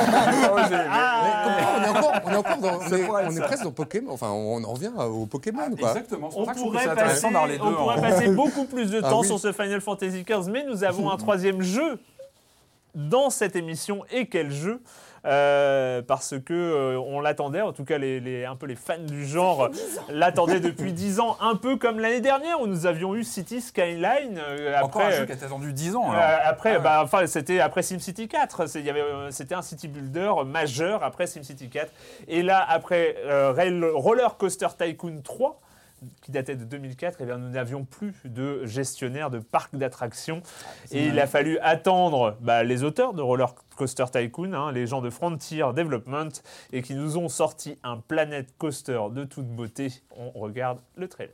On est presque dans Pokémon. Enfin, on en revient au Pokémon. Exactement. On pourrait passer beaucoup plus de temps sur ce Final Fantasy XV, mais nous avons un troisième jeu dans cette émission. Et quel jeu? Parce que on l'attendait, en tout cas un peu les fans du genre l'attendaient depuis 10 ans, un peu comme l'année dernière où nous avions eu City Skyline. Encore un jeu qui a attendu 10 ans. C'était après SimCity 4. C'était un city builder majeur après SimCity 4. Et là, après Roller Coaster Tycoon 3, qui datait de 2004, eh bien, nous n'avions plus de gestionnaire de parc d'attractions. Et il a fallu attendre les auteurs de Roller Coaster Tycoon, les gens de Frontier Development, et qui nous ont sorti un Planet Coaster de toute beauté. On regarde le trailer.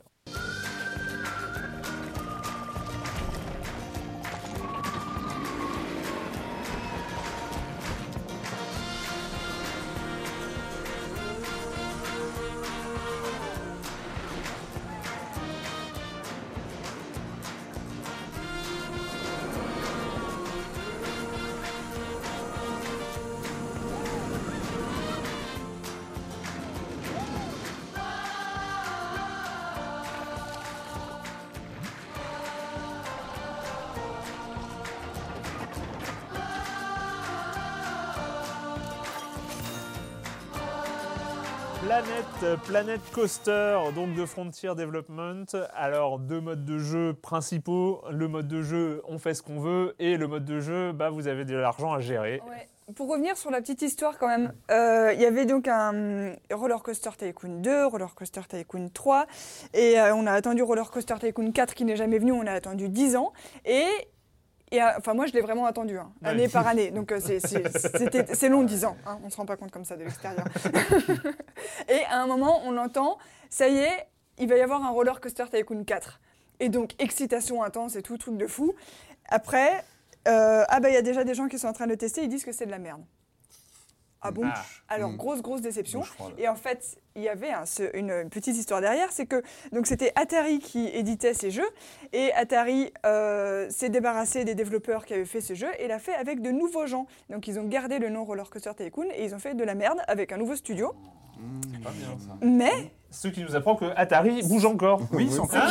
Planet Coaster, donc de Frontier Development. Alors, 2 modes de jeu principaux. Le mode de jeu, on fait ce qu'on veut. Et le mode de jeu, vous avez de l'argent à gérer. Ouais. Pour revenir sur la petite histoire quand même, il y avait donc un Roller Coaster Tycoon 2, Roller Coaster Tycoon 3, et on a attendu Roller Coaster Tycoon 4 qui n'est jamais venu, on a attendu 10 ans, et enfin moi je l'ai vraiment attendu, année par année, donc c'est long 10 ans, on ne se rend pas compte comme ça de l'extérieur. Et à un moment on entend, ça y est, il va y avoir un Roller Coaster Tycoon 4, et donc excitation intense et tout, truc de fou. Après... il y a déjà des gens qui sont en train de le tester, ils disent que c'est de la merde. Ah bon ? Alors, grosse déception. Et en fait, il y avait une petite histoire derrière, c'est que donc c'était Atari qui éditait ces jeux, et Atari s'est débarrassé des développeurs qui avaient fait ce jeu, et l'a fait avec de nouveaux gens. Donc, ils ont gardé le nom Roller Coaster Tycoon, et ils ont fait de la merde avec un nouveau studio. Pas bien, ça. Mais... Ce qui nous apprend que Atari bouge encore. Oui, c'est encore.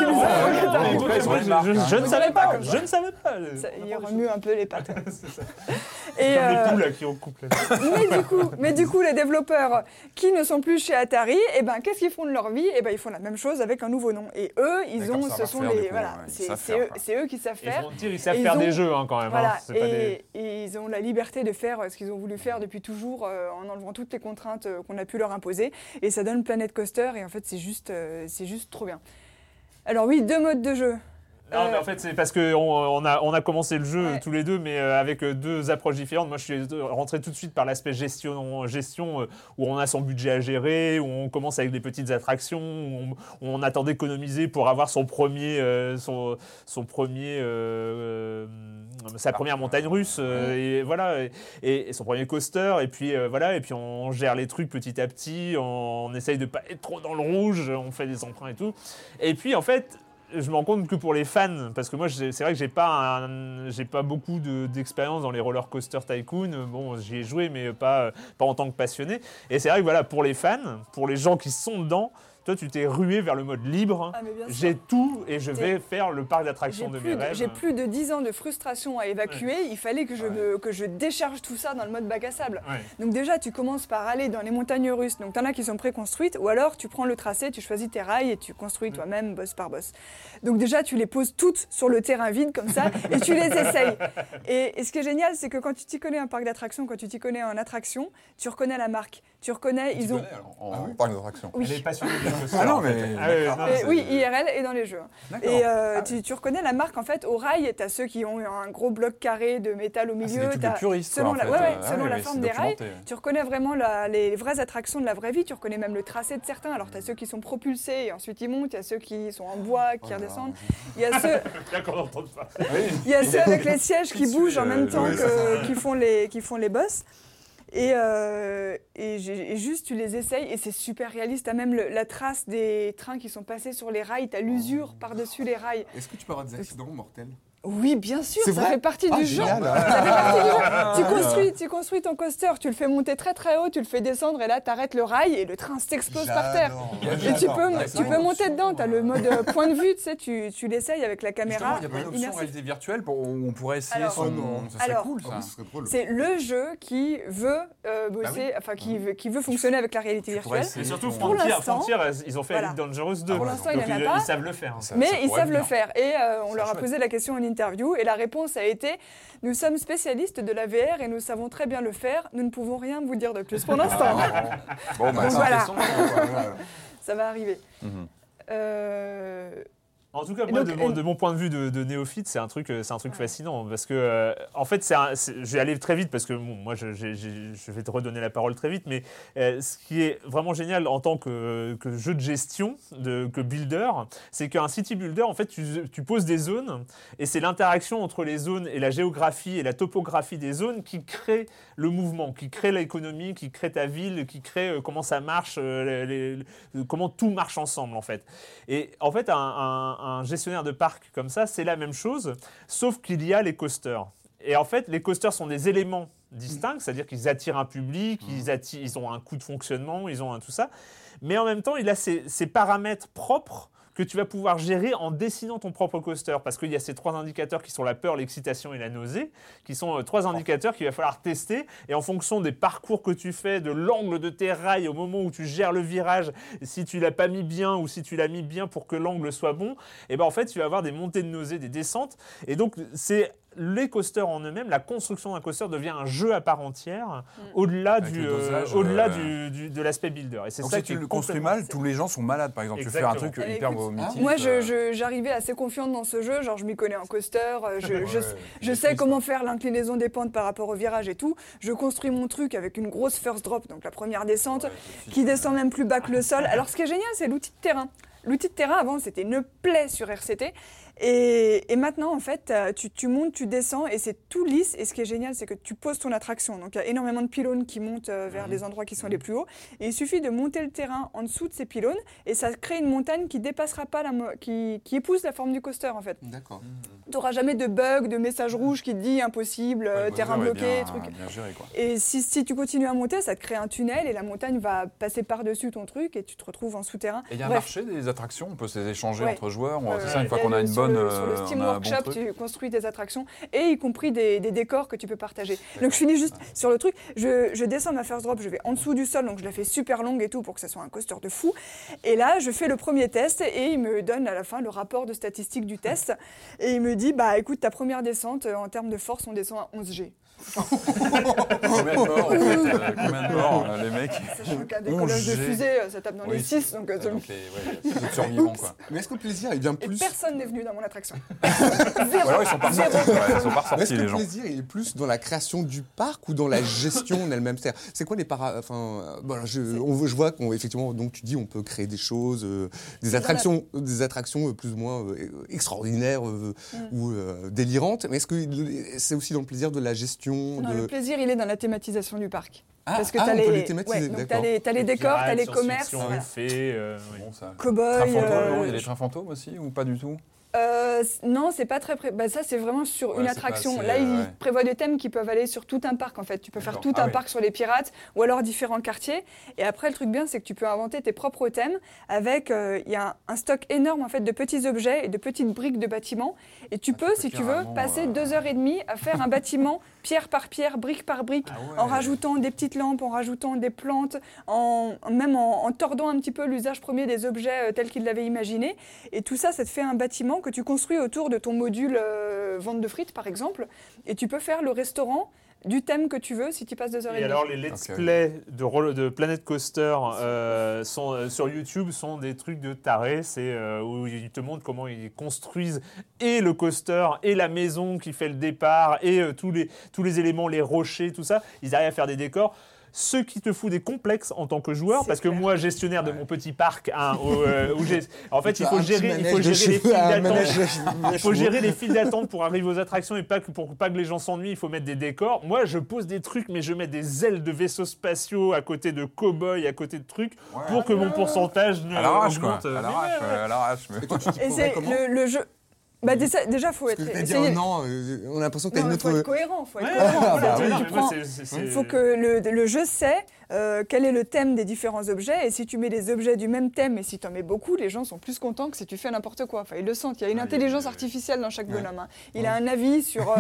Je ne savais pas. Je ne savais pas. Il remue un peu les pattes. C'est ça. Et Comme les poules là, qui ont couplé. mais du coup, les développeurs qui ne sont plus chez Atari, qu'est-ce qu'ils font de leur vie ? Ils font la même chose avec un nouveau nom. Et eux, c'est eux qui savent faire. Ils savent faire des jeux quand même. Voilà. Et ils ont la liberté de faire ce qu'ils ont voulu faire depuis toujours, en enlevant toutes les contraintes qu'on a pu leur imposer. Et ça donne Planet Coaster. Et en fait, c'est juste trop bien. Alors oui, 2 modes de jeu. Non, mais en fait, c'est parce qu'on a commencé le jeu tous les deux, mais avec 2 approches différentes. Moi, je suis rentré tout de suite par l'aspect gestion où on a son budget à gérer, où on commence avec des petites attractions, où on attend d'économiser pour avoir sa première montagne russe, et voilà, et son premier coaster, et puis et puis on gère les trucs petit à petit, on essaye de pas être trop dans le rouge, on fait des emprunts et tout. Et puis en fait, je me rends compte que pour les fans, parce que moi c'est vrai que j'ai pas beaucoup d'expérience dans les roller coaster tycoon. Bon, j'y ai joué, mais pas en tant que passionné. Et c'est vrai que pour les fans, pour les gens qui sont dedans, toi, tu t'es rué vers le mode libre. J'ai tout et je vais faire le parc d'attractions de mes rêves. J'ai plus de 10 ans de frustration à évacuer. Il fallait que je décharge tout ça dans le mode bac à sable. Donc déjà, tu commences par aller dans les montagnes russes. Donc, tu en as qui sont préconstruites. Ou alors, tu prends le tracé, tu choisis tes rails et tu construis toi-même, boss par boss. Donc déjà, tu les poses toutes sur le terrain vide comme ça et tu les essayes. Et ce qui est génial, c'est que quand tu t'y connais un parc d'attractions, quand tu t'y connais en attraction, tu reconnais la marque. Tu reconnais, ils ont... en parc d'attractions. Elle est passionnée de non, mais... oui, IRL et dans les jeux. Et tu reconnais la marque, en fait, au rail. Tu as ceux qui ont un gros bloc carré de métal au milieu. C'est des trucs de puristes, selon quoi, en fait. Selon la forme des rails, tu reconnais vraiment les vraies attractions de la vraie vie. Tu reconnais même le tracé de certains. Alors, tu as ceux qui sont propulsés et ensuite ils montent. Il y a ceux qui sont en bois, qui redescendent. Il y a ceux... Il y a ceux avec les sièges qui bougent en même temps qui font les boss. Et juste, tu les essayes et c'est super réaliste. Tu as même la trace des trains qui sont passés sur les rails. Tu as l'usure par-dessus les rails. Est-ce que tu peux avoir des accidents mortels ? Oui, bien sûr, ça fait partie du jeu. Ça fait partie du jeu. Tu construis ton coaster, tu le fais monter très très haut, tu le fais descendre et là tu arrêtes le rail et le train s'explose par terre. Et tu peux monter dedans, tu as le mode point de vue, tu l'essayes avec la caméra. Il n'y a pas une option réalité virtuelle où on pourrait essayer ça serait cool ça. C'est le jeu qui veut bosser, qui veut fonctionner avec la réalité virtuelle. Et surtout Frontier, ils ont fait Elite Dangerous 2. Pour l'instant, il n'y en a pas. Ils savent le faire. Mais ils savent le faire. Et on leur a posé la question en interview et la réponse a été « Nous sommes spécialistes de la VR et nous savons très bien le faire. Nous ne pouvons rien vous dire de plus pour l'instant. » Bon, donc voilà. Ça va arriver. En tout cas, moi, de mon point de vue de néophyte, c'est un truc fascinant parce que, en fait, je vais aller très vite parce que moi, je vais te redonner la parole très vite, mais ce qui est vraiment génial en tant que jeu de gestion, que builder, c'est qu'un city builder, en fait, tu poses des zones et c'est l'interaction entre les zones et la géographie et la topographie des zones qui crée le mouvement, qui crée l'économie, qui crée ta ville, qui crée comment ça marche, comment tout marche ensemble, en fait. Et en fait, un gestionnaire de parc comme ça, c'est la même chose, sauf qu'il y a les coasters. Et en fait, les coasters sont des éléments distincts, c'est-à-dire qu'ils attirent un public, ils ont un coût de fonctionnement, ils ont tout ça. Mais en même temps, il a ses paramètres propres que tu vas pouvoir gérer en dessinant ton propre coaster. Parce qu'il y a ces 3 indicateurs qui sont la peur, l'excitation et la nausée, qui sont 3 indicateurs qu'il va falloir tester. Et en fonction des parcours que tu fais, de l'angle de tes rails au moment où tu gères le virage, si tu l'as pas mis bien ou si tu l'as mis bien pour que l'angle soit bon, et ben en fait, tu vas avoir des montées de nausée, des descentes. Et donc, c'est les coasters en eux-mêmes, la construction d'un coaster devient un jeu à part entière, au-delà, Avec le dosage, de l'aspect builder. Et c'est Donc ça si qui tu est le construis complètement- mal, tous les gens sont malades, par exemple. Tu fais un Exactement. truc Eh, hyper écoute, vomitif. Moi, j'arrivais assez confiante dans ce jeu, genre je m'y connais en coaster, je sais comment faire l'inclinaison des pentes par rapport au virage et tout. Je construis mon truc avec une grosse first drop, donc la première descente, qui descend même plus bas que le sol. Alors ce qui est génial, c'est l'outil de terrain. L'outil de terrain, avant, c'était une plaie sur RCT. Et maintenant, en fait, tu montes, tu descends et c'est tout lisse. Et ce qui est génial, c'est que tu poses ton attraction. Donc, il y a énormément de pylônes qui montent vers les endroits qui sont les plus hauts. Et il suffit de monter le terrain en dessous de ces pylônes et ça crée une montagne qui dépassera pas, qui épouse la forme du coaster, en fait. D'accord. Tu n'auras jamais de bug, de message rouge qui te dit impossible, terrain bloqué, truc. Bien géré, quoi. Et si tu continues à monter, ça te crée un tunnel et la montagne va passer par-dessus ton truc et tu te retrouves en souterrain. Et il y a un Bref. marché des attractions, on peut se les échanger Ouais. entre joueurs. C'est Ouais, ça, une fois il y qu'on a une sur bonne. sur le Steam on a un bon Workshop, truc. tu construis des attractions et y compris des décors que tu peux partager. Donc je finis juste sur le truc. Je descends ma first drop, je vais en dessous du sol, donc je la fais super longue et tout pour que ça soit un coaster de fou. Et là, je fais le premier test et il me donne à la fin le rapport de statistiques du test. Et il me dit, bah écoute, ta première descente, en termes de force, on descend à 11 G. Combien de morts, en fait, combien de morts, les mecs. Sachant qu'un 11 décollage de G. fusée, ça tape dans les Oui. 6. Donc, Donc les survivants, quoi. Mais est-ce que le plaisir est bien et plus... personne n'est venu dans mon attraction. Ou alors ils sont pas ressortis, ils sont pas Mais est-ce ressortis, que les le gens. plaisir il est plus dans la création du parc ou dans la gestion en elle-même? C'est quoi les je vois qu'effectivement, donc tu dis, on peut créer des choses, des attractions plus ou moins extraordinaires ou délirantes. Mais est-ce que c'est aussi dans le plaisir de la gestion Non, le plaisir, il est dans la thématisation du parc. Parce que on t'as peut les, les thématiser, donc d'accord. t'as les décors, t'as les Pirates, commerces, science-fiction, voilà. fées, oui. Bon, ça. Cow-boy. Train fantôme, non, il y a des trains fantômes aussi ou pas du tout? Non, c'est pas très. Ça, c'est vraiment sur Ouais, une c'est attraction. pas assez, Là, il ouais. prévoit des thèmes qui peuvent aller sur tout un parc, en fait. Tu peux faire D'accord. tout Ah un oui. parc sur les pirates ou alors différents quartiers. Et après, le truc bien, c'est que tu peux inventer tes propres thèmes avec. Il y a un stock énorme, en fait, de petits objets et de petites briques de bâtiments. Et tu peux, si tu veux, carrément, passer 2h30 à faire un bâtiment pierre par pierre, brique par brique, Ah ouais. en rajoutant des petites lampes, en rajoutant des plantes, même en tordant un petit peu l'usage premier des objets tels qu'il l'avait imaginé. Et tout ça, ça te fait un bâtiment que tu construis autour de ton module vente de frites, par exemple. Et tu peux faire le restaurant du thème que tu veux si tu passes 2h30. Et alors, les let's play de Planet Coaster sur YouTube sont des trucs de tarés. C'est où ils te montrent comment ils construisent et le coaster et la maison qui fait le départ et tous les éléments, les rochers, tout ça. Ils arrivent à faire des décors. Ce qui te fout des complexes en tant que joueur, C'est parce que clair. moi, gestionnaire de mon petit parc, où en fait, il faut Un petit gérer manège les de files cheveux, un d'attente. manège de Il faut chevaux. gérer les files d'attente pour arriver aux attractions et pour pas que les gens s'ennuient, il faut mettre des décors. Moi, je pose des trucs, mais je mets des ailes de vaisseaux spatiaux à côté de cow-boys, à côté de trucs, pour que mon pourcentage ne À l'arrache, quoi. augmente. À l'arrache, à l'arrache. mais- Et c'est le jeu. Bah déjà, faut Parce être. que t'as dit un an, on a l'impression que t'as Non, une il faut être autre... cohérent. Faut être Ouais, cohérent. voilà, Tu oui, non, mais moi, prends- c'est- Il faut que le jeu sait quel est le thème des différents objets. Et si tu mets des objets du même thème et si tu en mets beaucoup, les gens sont plus contents que si tu fais n'importe quoi. Enfin, ils le sentent. Il y a une intelligence artificielle dans chaque bonhomme. Hein. Il a un avis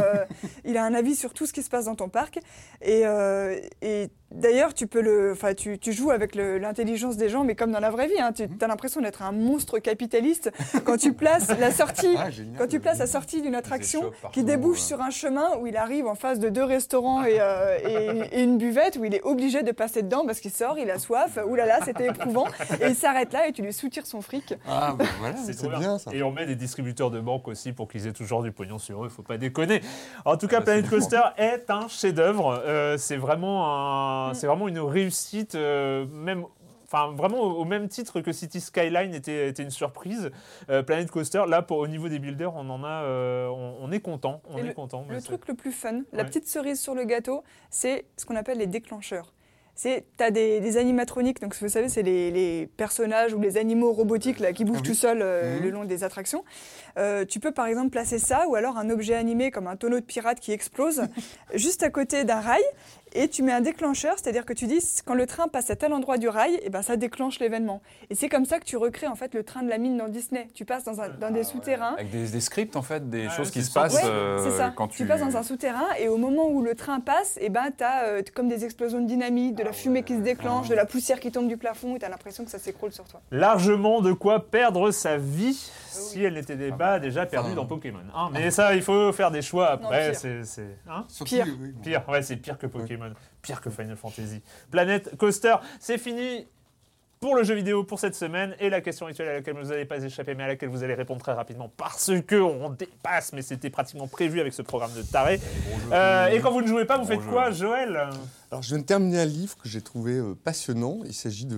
sur tout ce qui se passe dans ton parc. Et d'ailleurs, tu joues avec l'intelligence des gens, mais comme dans la vraie vie. Hein. Tu as l'impression d'être un monstre capitaliste quand tu places la sortie. Ah, génial. Quand tu places la sortie d'une attraction chopes partout, qui débouche ouais. sur un chemin où il arrive en face de 2 restaurants et une buvette où il est obligé de passer dedans parce qu'il sort, il a soif, oulala, c'était éprouvant, et il s'arrête là et tu lui soutires son fric. Ah, bah voilà, C'est c'est trop bien ça. Et on met des distributeurs de banque aussi pour qu'ils aient toujours du pognon sur eux, faut pas déconner. En tout cas, bah, Planet c'est Coaster est un chef-d'œuvre. C'est vraiment une réussite, vraiment au même titre que City Skyline était une surprise. Planet Coaster, là, au niveau des builders, on est content. Le truc le plus fun, la Ouais. petite cerise sur le gâteau, c'est ce qu'on appelle les déclencheurs. T'as des animatroniques, donc vous savez, c'est les personnages ou les animaux robotiques là, qui bougent tout seuls le long des attractions. Tu peux par exemple placer ça ou alors un objet animé comme un tonneau de pirate qui explose juste à côté d'un rail. et tu mets un déclencheur, c'est-à-dire que tu dis quand le train passe à tel endroit du rail, et ben ça déclenche l'événement. Et c'est comme ça que tu recrées en fait le train de la mine dans Disney. Tu passes dans des souterrains. Avec des scripts en fait, des choses qui c'est se ça. passent Ouais, c'est ça. quand Tu passes dans un souterrain et au moment où le train passe, et ben t'as comme des explosions de dynamite, de la fumée qui se déclenche, de la poussière qui tombe du plafond, et t'as l'impression que ça s'écroule sur toi. Largement de quoi perdre sa vie si elle n'était pas déjà perdue dans Pokémon. Hein, mais ça, il faut faire des choix après. pire. Hein Surtout, Pire. oui. Pire, ouais, c'est pire que Pokémon, pire que Final Fantasy. Planète Coaster, c'est fini pour le jeu vidéo pour cette semaine et la question rituelle à laquelle vous n'allez pas échapper mais à laquelle vous allez répondre très rapidement parce que on dépasse, mais c'était pratiquement prévu avec ce programme de taré. Et quand vous ne jouez pas, vous faites quoi, Joël ? Alors, je viens de terminer un livre que j'ai trouvé passionnant. Il s'agit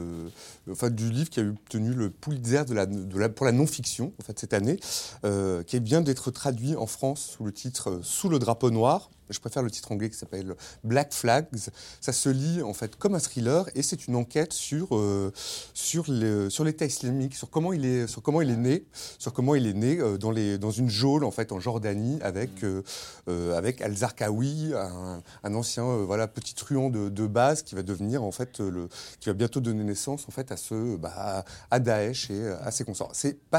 du livre qui a obtenu le Pulitzer pour la non-fiction en fait, cette année, qui vient d'être traduit en France sous le titre « Sous le drapeau noir ». Je préfère le titre anglais qui s'appelle Black Flags. Ça se lit en fait comme un thriller et c'est une enquête sur l'État islamique, sur comment il est né dans une geôle en fait en Jordanie avec Al-Zarqawi, un ancien petit truand de base qui va devenir en fait qui va bientôt donner naissance en fait à Daesh et à ses consorts.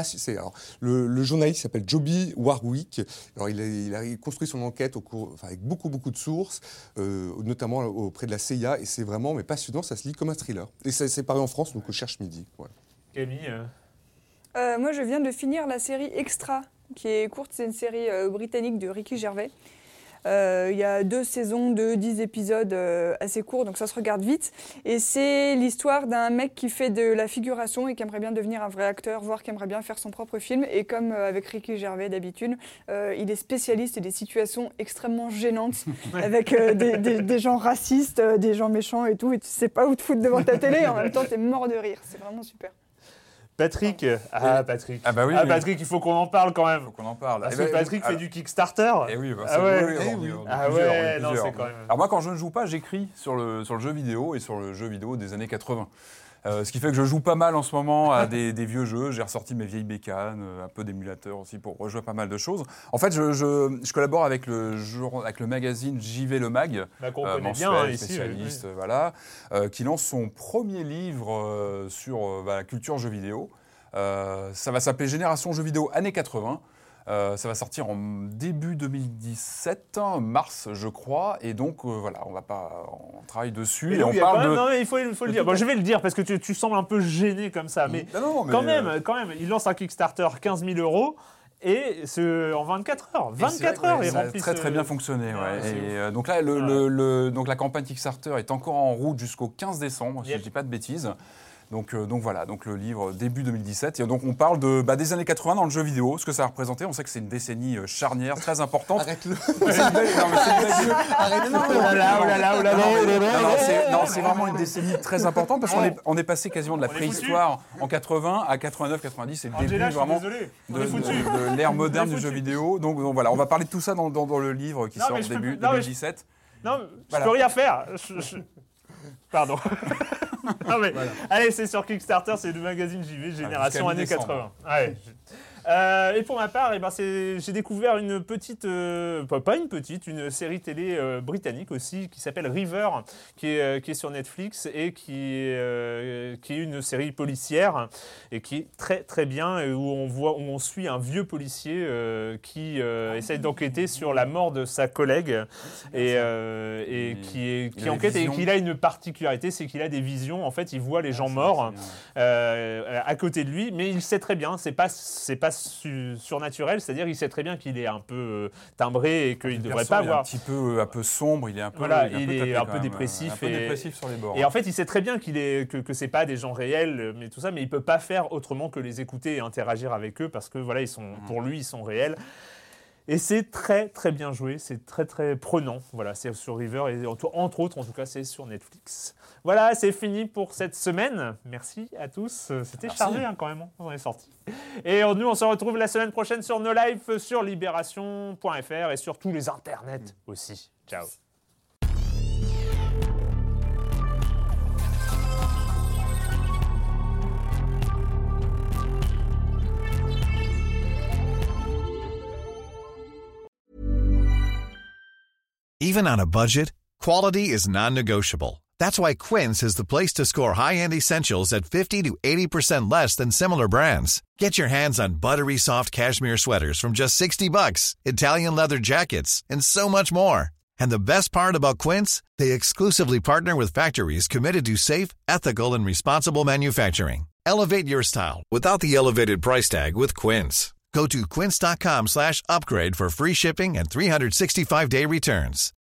Le journaliste s'appelle Joby Warwick. Alors il a construit son enquête avec beaucoup de sources, notamment auprès de la CIA, et c'est vraiment passionnant, ça se lit comme un thriller. Et c'est paru en France, donc au Cherche Midi. Voilà. Camille Moi, je viens de finir la série Extra, qui est courte, c'est une série britannique de Ricky Gervais. Il y a 2 saisons de 10 épisodes assez courts, donc ça se regarde vite. Et c'est l'histoire d'un mec qui fait de la figuration et qui aimerait bien devenir un vrai acteur, voire qui aimerait bien faire son propre film. Et comme avec Ricky Gervais d'habitude, il est spécialiste des situations extrêmement gênantes, avec des gens racistes, des gens méchants et tout, et tu sais pas où te foutre devant ta télé, et en même temps t'es mort de rire. C'est vraiment super. Patrick. Patrick. Ah bah oui. Patrick, il faut qu'on en parle quand même. Il faut qu'on en parle. Parce que Patrick fait du Kickstarter. Et oui, Ah ouais. non, c'est quand même. Alors moi, quand je ne joue pas, j'écris sur le jeu vidéo et sur le jeu vidéo des années 80. Ce qui fait que je joue pas mal en ce moment à des vieux jeux. J'ai ressorti mes vieilles bécanes, un peu d'émulateur aussi pour rejouer pas mal de choses. En fait, je collabore avec le magazine JV Le Mag, Qu'on connaît mensuel, bien ici, spécialiste, qui lance son premier livre sur la culture jeux vidéo. Ça va s'appeler Génération jeux vidéo années 80. Ça va sortir en début 2017, mars je crois, et donc on travaille dessus et on parle de... Non mais il faut le dire. Bon, je vais le dire parce que tu sembles un peu gêné comme ça, mais, quand même, il lance un Kickstarter 15 000 €. Et en 24 heures. 24 heures, il remplit. Ça a très bien fonctionné. Ouais. Et donc là, donc la campagne Kickstarter est encore en route jusqu'au 15 décembre, si je ne dis pas de bêtises. Donc voilà, donc le livre début 2017. Et donc on parle des années 80 dans le jeu vidéo, ce que ça a représenté. On sait que c'est une décennie charnière, très importante. Arrête-le. C'est vraiment une décennie très importante parce qu'on est passé quasiment de la préhistoire en 80 à 89, 90. C'est le début vraiment de l'ère moderne du jeu vidéo. Donc voilà, on va parler de tout ça dans le livre qui sort début 2017. Non, je peux rien faire. Pardon. Non mais, allez, c'est sur Kickstarter, c'est le magazine JV, Génération années 80. Ouais. Et pour ma part, j'ai découvert une petite, une série télé britannique aussi qui s'appelle River, qui est sur Netflix et qui est une série policière et qui est très très bien et où on suit un vieux policier qui essaye d'enquêter sur la mort de sa collègue et qui enquête et qu'il a une particularité, c'est qu'il a des visions. En fait, il voit les gens morts à côté de lui, mais il sait très bien, c'est pas surnaturel, c'est-à-dire il sait très bien qu'il est un peu timbré et qu'il ne devrait pas avoir... Il est un peu sombre, il est un peu... Voilà, il est un peu dépressif. Un peu dépressif sur les bords. Et en fait, il sait très bien que c'est pas des gens réels, mais tout ça, mais il peut pas faire autrement que les écouter et interagir avec eux parce que voilà, pour lui, ils sont réels. Et c'est très très bien joué, c'est très très prenant. Voilà, c'est sur River et entre autres, en tout cas, c'est sur Netflix. Voilà, c'est fini pour cette semaine. Merci à tous. C'était chargé quand même, on est sorti. Et nous, on se retrouve la semaine prochaine sur No Life, sur libération.fr et sur tous les internets aussi. Ciao. Even on a budget, quality is non-negotiable. That's why Quince is the place to score high-end essentials at 50 to 80% less than similar brands. Get your hands on buttery soft cashmere sweaters from just $60, Italian leather jackets, and so much more. And the best part about Quince, they exclusively partner with factories committed to safe, ethical, and responsible manufacturing. Elevate your style without the elevated price tag with Quince. Go to quince.com/upgrade for free shipping and 365-day returns.